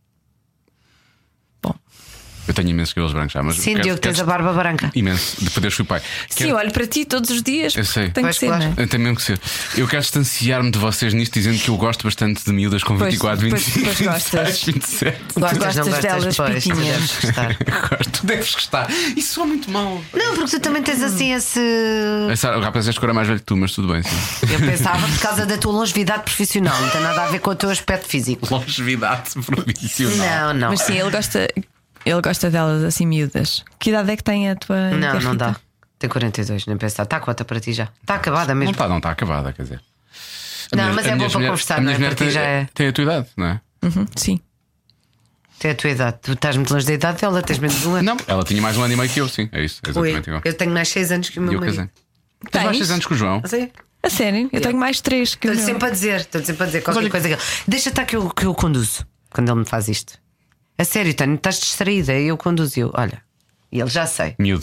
Eu tenho imensos cabelos brancos já, mas Sim, quero- Diogo, quero tens a barba branca. imenso de poderes fui pai. Sim, Quero- olho para ti todos os dias. Eu sei. Tem Pois, que ser, claro. não é? Eu tenho mesmo que ser. Eu quero distanciar-me de vocês nisto, dizendo que eu gosto bastante de miúdas com Pois, vinte e quatro, vinte e pois- cinco, pois vinte e gostas. seis, vinte e sete. Gostas, gostas não gostas delas pois, tu pitinhas. deves gostar. Gosto, deves gostar. Isso soa muito mal. Não, porque tu também tens assim esse. A Sara, o rapaz, és que era mais velho que tu, mas tudo bem, sim. Eu pensava por causa da tua longevidade profissional, não tem nada a ver com o teu aspecto físico. Longevidade profissional. Não, não. Mas sim, ele gosta, ele gosta delas assim miúdas. Que idade é que tem a tua. Não, tua não Rita? dá. Tem quarenta e dois, nem pensar. Está a cota para ti já. Está acabada Não mesmo. está, não está acabada, quer dizer. A Não, minha- mas a é minha bom para mulher- conversar, A minha não é? mulher Para ti tem, já é- tem a tua idade, não é? Uhum, sim. Tem a tua idade. Tu estás muito longe da idade dela, tens menos de um ano. Não, ela tinha mais um ano e meio que eu, sim. É isso, é Oi, exatamente igual. eu tenho mais seis anos que o E meu eu casei. marido. Tens mais Tens? seis anos que o João. Sim. A sério? Eu tenho mais três que o Estou-lhe meu. sempre a dizer, estou-lhe sempre a dizer qualquer olha- coisa. que ele- Deixa estar que eu, que eu conduzo quando ele me faz isto. A sério, Tânia, estás distraída, eu conduzo. Eu, olha, e ele já sei. Miúdo.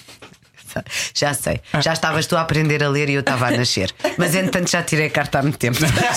Já sei, já estavas tu a aprender a ler e eu estava a nascer. Mas entretanto já tirei a carta há muito tempo.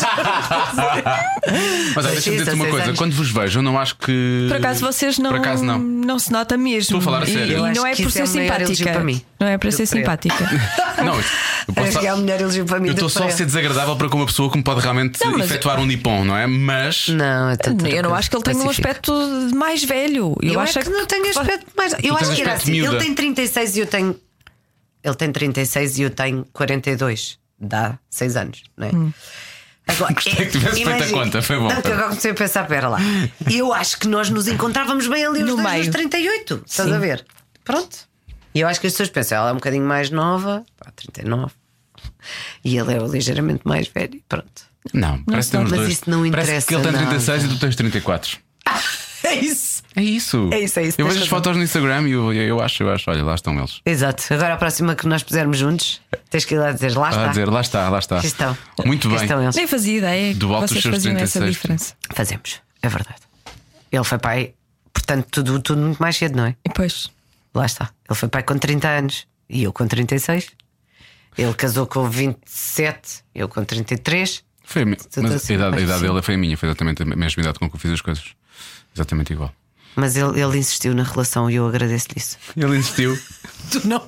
Mas olha, deixa-me Seis, dizer-te uma seis coisa: anos. quando vos vejo, eu não acho que. Por acaso vocês não, Por acaso não. não se nota mesmo. Estou a falar a E- sério. E, Eu acho não é que por isso é ser o maior elogio simpática. para mim. Não é para Do ser que para ele. simpática. Não, eu posso Acho que é o melhor elogio para mim. Eu do estou que só a para ser desagradável para com uma pessoa que me pode realmente Não, mas- efetuar um nipom, não é? Mas. ele. Não, é tanta Eu não coisa acho que ele tenha um pacífica. aspecto de mais velho. Eu, Eu, acho acho que não tenho aspecto mais. Eu tens acho que era aspecto assim. miúda. Ele tem trinta e seis e eu tenho. Ele tem trinta e seis e eu tenho quarenta e dois. Dá seis anos, não é? Agora, Gostei que tivesse feito a imagina- conta, foi bom. Não, que agora comecei a pensar, pera lá. Eu acho que nós nos encontrávamos bem ali os No dois meio. nos trinta e oito. Estás Sim. a ver? Pronto. E eu acho que as pessoas pensam, ela é um bocadinho mais nova, pá, trinta e nove. E ele é ligeiramente mais velho. Pronto. Não, parece que temos mas dois. isso não Parece interessa que ele tem trinta e seis nada. e tu tens trinta e quatro. É isso. É isso. É isso, é isso, Eu tens vejo as razão. fotos no Instagram e eu, eu acho, eu acho, olha, lá estão eles. Exato. Agora a próxima que nós pusermos juntos, tens que ir lá dizer, lá A está. dizer, lá está, lá está. Aqui estão. Muito Aqui bem. estão eles. Nem fazia ideia Do que alto dos vocês seus faziam trinta e essa seis. diferença. Fazemos, é verdade. Ele foi pai, portanto, tudo, tudo muito mais cedo, não é? E depois. Lá está. Ele foi pai com trinta anos e eu com trinta e seis. Ele casou com vinte e sete, eu com trinta e três. Foi a mi... Mas a assim, idade, a idade sim. dele foi a minha, foi exatamente a mesma idade com que eu fiz as coisas. Exatamente igual. Mas ele, ele insistiu na relação e eu agradeço-lhe isso. Ele insistiu. Tu não.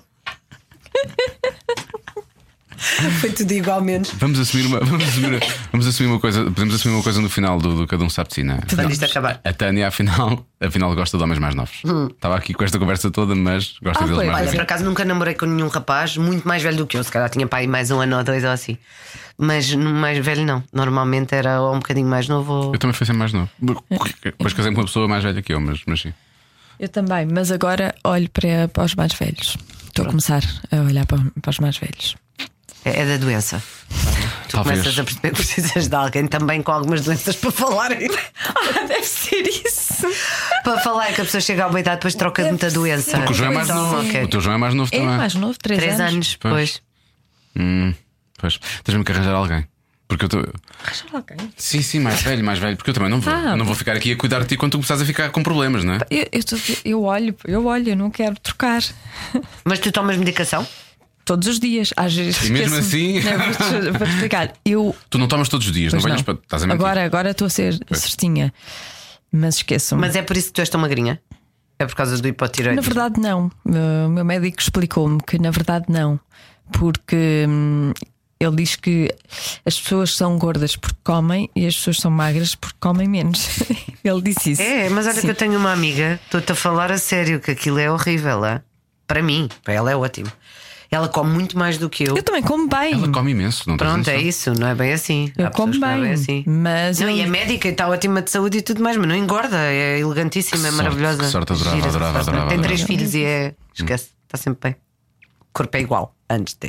Foi tudo igualmente. Vamos assumir uma, vamos assumir, vamos assumir uma coisa. Podemos assumir uma coisa no final do, do Cada Um Sabe de Si, não é? Quando isto acabar. A Tânia, afinal, afinal gosta de homens mais novos. Hum. Estava aqui com esta conversa toda, mas gosta Ah, deles foi. mais Olha, velhos. por acaso nunca namorei com nenhum rapaz muito mais velho do que eu. Se calhar tinha pai mais um ano ou dois ou assim. Mas no mais velho não. Normalmente era ou um bocadinho mais novo ou... Eu também fui sempre mais novo. Depois casei com uma pessoa mais velha que eu, mas, mas sim. Eu também, mas agora olho para, para os mais velhos. Estou a começar a olhar para, para os mais velhos. É, é da doença. Tu Talvez. começas a perceber que precisas de alguém também com algumas doenças para falar. Ah, deve ser isso. Para falar que a pessoa chega a uma idade depois troca de muita doença. Porque o João é mais Então, novo. ok. O teu João é mais novo É também. mais novo, três, Três anos. anos Pois. depois. Hum, pois. Tens-me que arranjar alguém. Porque eu estou. Ok. Sim, sim, mais velho, mais velho. Porque eu também não vou. Ah, eu não vou ficar aqui a cuidar de ti quando tu começares a ficar com problemas, não é? Eu, eu, tô- eu olho, eu olho, eu não quero trocar. Mas tu tomas medicação? Todos os dias, às vezes. E mesmo esqueço-me. assim? Não, vou-te vou-te explicar. Eu. Tu não tomas todos os dias, Pois não venhas não. para. Estás a mentir. Agora agora estou a ser certinha. Mas esqueçam-me. Mas é por isso que tu és tão magrinha? É por causa do hipotireoidismo? Na verdade, não. O meu médico explicou-me que na verdade não. Porque hum, ele diz que as pessoas são gordas porque comem e as pessoas são magras porque comem menos. Ele disse isso. É, mas olha Sim. que eu tenho uma amiga, estou-te a falar a sério, que aquilo é horrível. É? Para mim, para ela é ótimo. Ela come muito mais do que eu. Eu também como bem. Ela come imenso, não tens Pronto, é noção? isso, não é bem assim. Eu Há pessoas como que não é bem, assim. mas Não, eu- e é médica e está ótima de saúde e tudo mais, mas não engorda, é elegantíssima, é Que sorte, maravilhosa. que sorte, adorava, Gira, adorava, sorte. adorava, Tem três adorava. filhos e é. Esquece, está sempre bem. O corpo é igual antes de ter.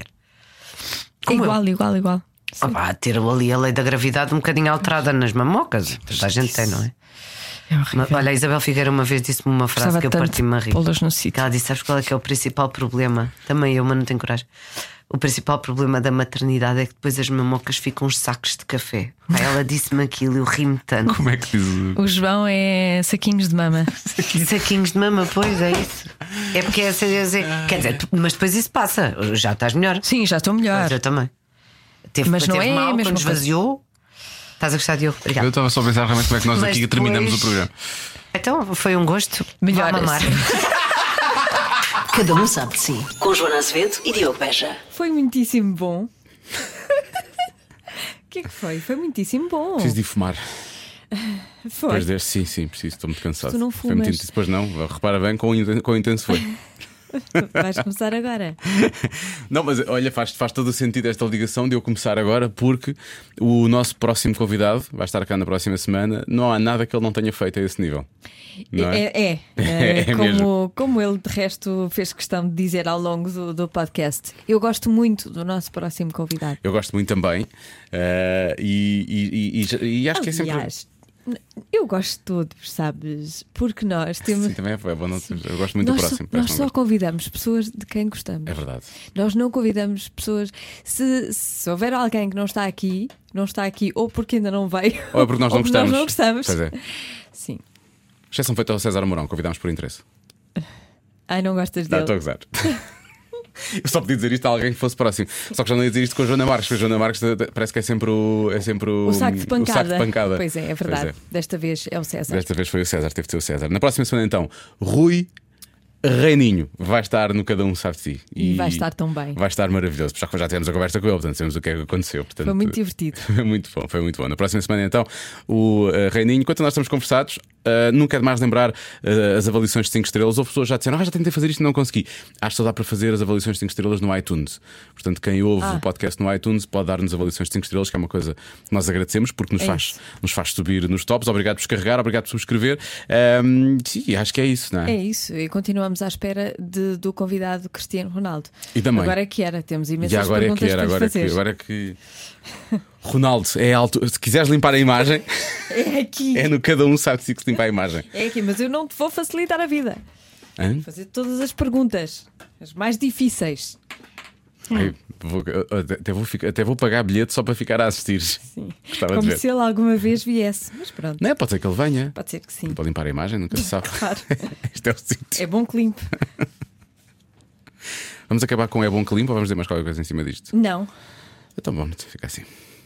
É igual, igual, igual. Ah, pá, ter ali a lei da gravidade um bocadinho alterada nas mamocas. Toda a gente tem, não é? É horrível. Mas, olha, a Isabel Figueira uma vez disse-me uma frase Gostava que eu tanto parti-me a de rir. pô-las no Que sítio. ela disse: sabes qual é que é o principal problema? Também eu, mas não tenho coragem. O principal problema da maternidade é que depois as mamocas ficam uns sacos de café. Pá, ela disse-me aquilo e eu ri-me tanto. Como é que diz? o- O João é saquinhos de mama. Saquinhos de mama, pois é isso. É porque é, é, é, quer dizer, tu- mas depois isso passa. Já estás melhor. Sim, já estou melhor. Pois eu também. Teve, Mas não teve é a mal mesma quando coisa. esvaziou. Estás a gostar, Diogo? Eu Obrigado. estava só a pensar realmente como é que nós Mas aqui terminamos depois- o programa. Então foi um gosto. Melhor Vá mamar. Cada Um Sabe de Si, com Joana Azevedo e Diogo Beja. Foi muitíssimo bom. O que é que foi? Foi muitíssimo bom. Preciso de ir fumar. Foi. Depois deste, sim, sim, preciso, estou muito cansado. Tu não Foi muito fumas. intenso. Depois não, repara bem quão inten- quão intenso foi. Vais começar agora. Não, mas olha, faz, faz todo o sentido esta ligação de eu começar agora, porque o nosso próximo convidado vai estar cá na próxima semana. Não há nada que ele não tenha feito a esse nível. Não é? É, é, É é, mesmo. como, como ele de resto fez questão de dizer ao longo do, do podcast. Eu gosto muito do nosso próximo convidado. Eu gosto muito também. eh, e, e- e- e- e acho que é sempre. Aliás, eu gosto de todos, sabes? Porque nós temos. Sim, também é bom. Não, eu gosto muito nós do só, próximo. nós parece-me só um gosto. convidamos pessoas de quem gostamos. É verdade. Nós não convidamos pessoas. Se, se houver alguém que não está aqui, não está aqui ou porque ainda não veio, Ou é porque nós não ou gostamos. Nós não gostamos. Pois é. Sim. Exceção feita ao César Mourão, convidámos por interesse. Ai, não gostas Não, dele. estou a gozar. Eu só podia dizer isto a alguém que fosse próximo. Só que já não ia dizer isto com a Joana Marques, porque a Joana Marques parece que é sempre o, é sempre o, O saco de pancada. o saco de pancada. Pois é, é verdade. Pois Desta vez é o César. Desta vez foi o César, teve de ser o César. Na próxima semana, então, Rui Reininho vai estar no Cada Um Sabe de Si. E vai estar tão bem. Vai estar maravilhoso. Já que já tivemos a conversa com ele, portanto, sabemos o que é que aconteceu. Portanto, Foi muito divertido. Foi muito bom, foi muito bom. Na próxima semana, então, o uh, Reininho. Enquanto nós estamos conversados, uh, nunca é demais lembrar uh, as avaliações de cinco estrelas. Houve pessoas já disseram, ah, já tentei fazer isto e não consegui. Acho que só dá para fazer as avaliações de cinco estrelas no iTunes. Portanto, quem ouve Ah. o podcast no iTunes pode dar-nos avaliações de cinco estrelas, que é uma coisa que nós agradecemos, porque nos, É faz, isso. nos faz subir nos tops. Obrigado por descarregar, obrigado por subscrever. Um, sim, acho que é isso, não é? É isso, e continuamos à espera de- do convidado Cristiano Ronaldo. E também. Agora é que era, temos imensas E agora é perguntas que era, para lhe agora é que, fazer. agora é que. Ronaldo, é alto. Se quiseres limpar a imagem, É aqui, é no Cada Um Sabe de Si que se limpa a imagem. é aqui, mas eu não te vou facilitar a vida. Hã? Fazer todas as perguntas, as mais difíceis. Ai, vou- até, vou ficar- até vou pagar bilhete só para ficar a assistir. Sim. Gostava de Como ver. se ele alguma vez viesse. Mas pronto, Não é? Pode ser que ele venha. pode ser que sim. Para limpar a imagem, nunca se sabe. Claro. Este é o sítio. É bom que limpe. Vamos acabar com é bom que limpa ou vamos dizer mais qualquer coisa em cima disto? Não. Então bom, fica assim.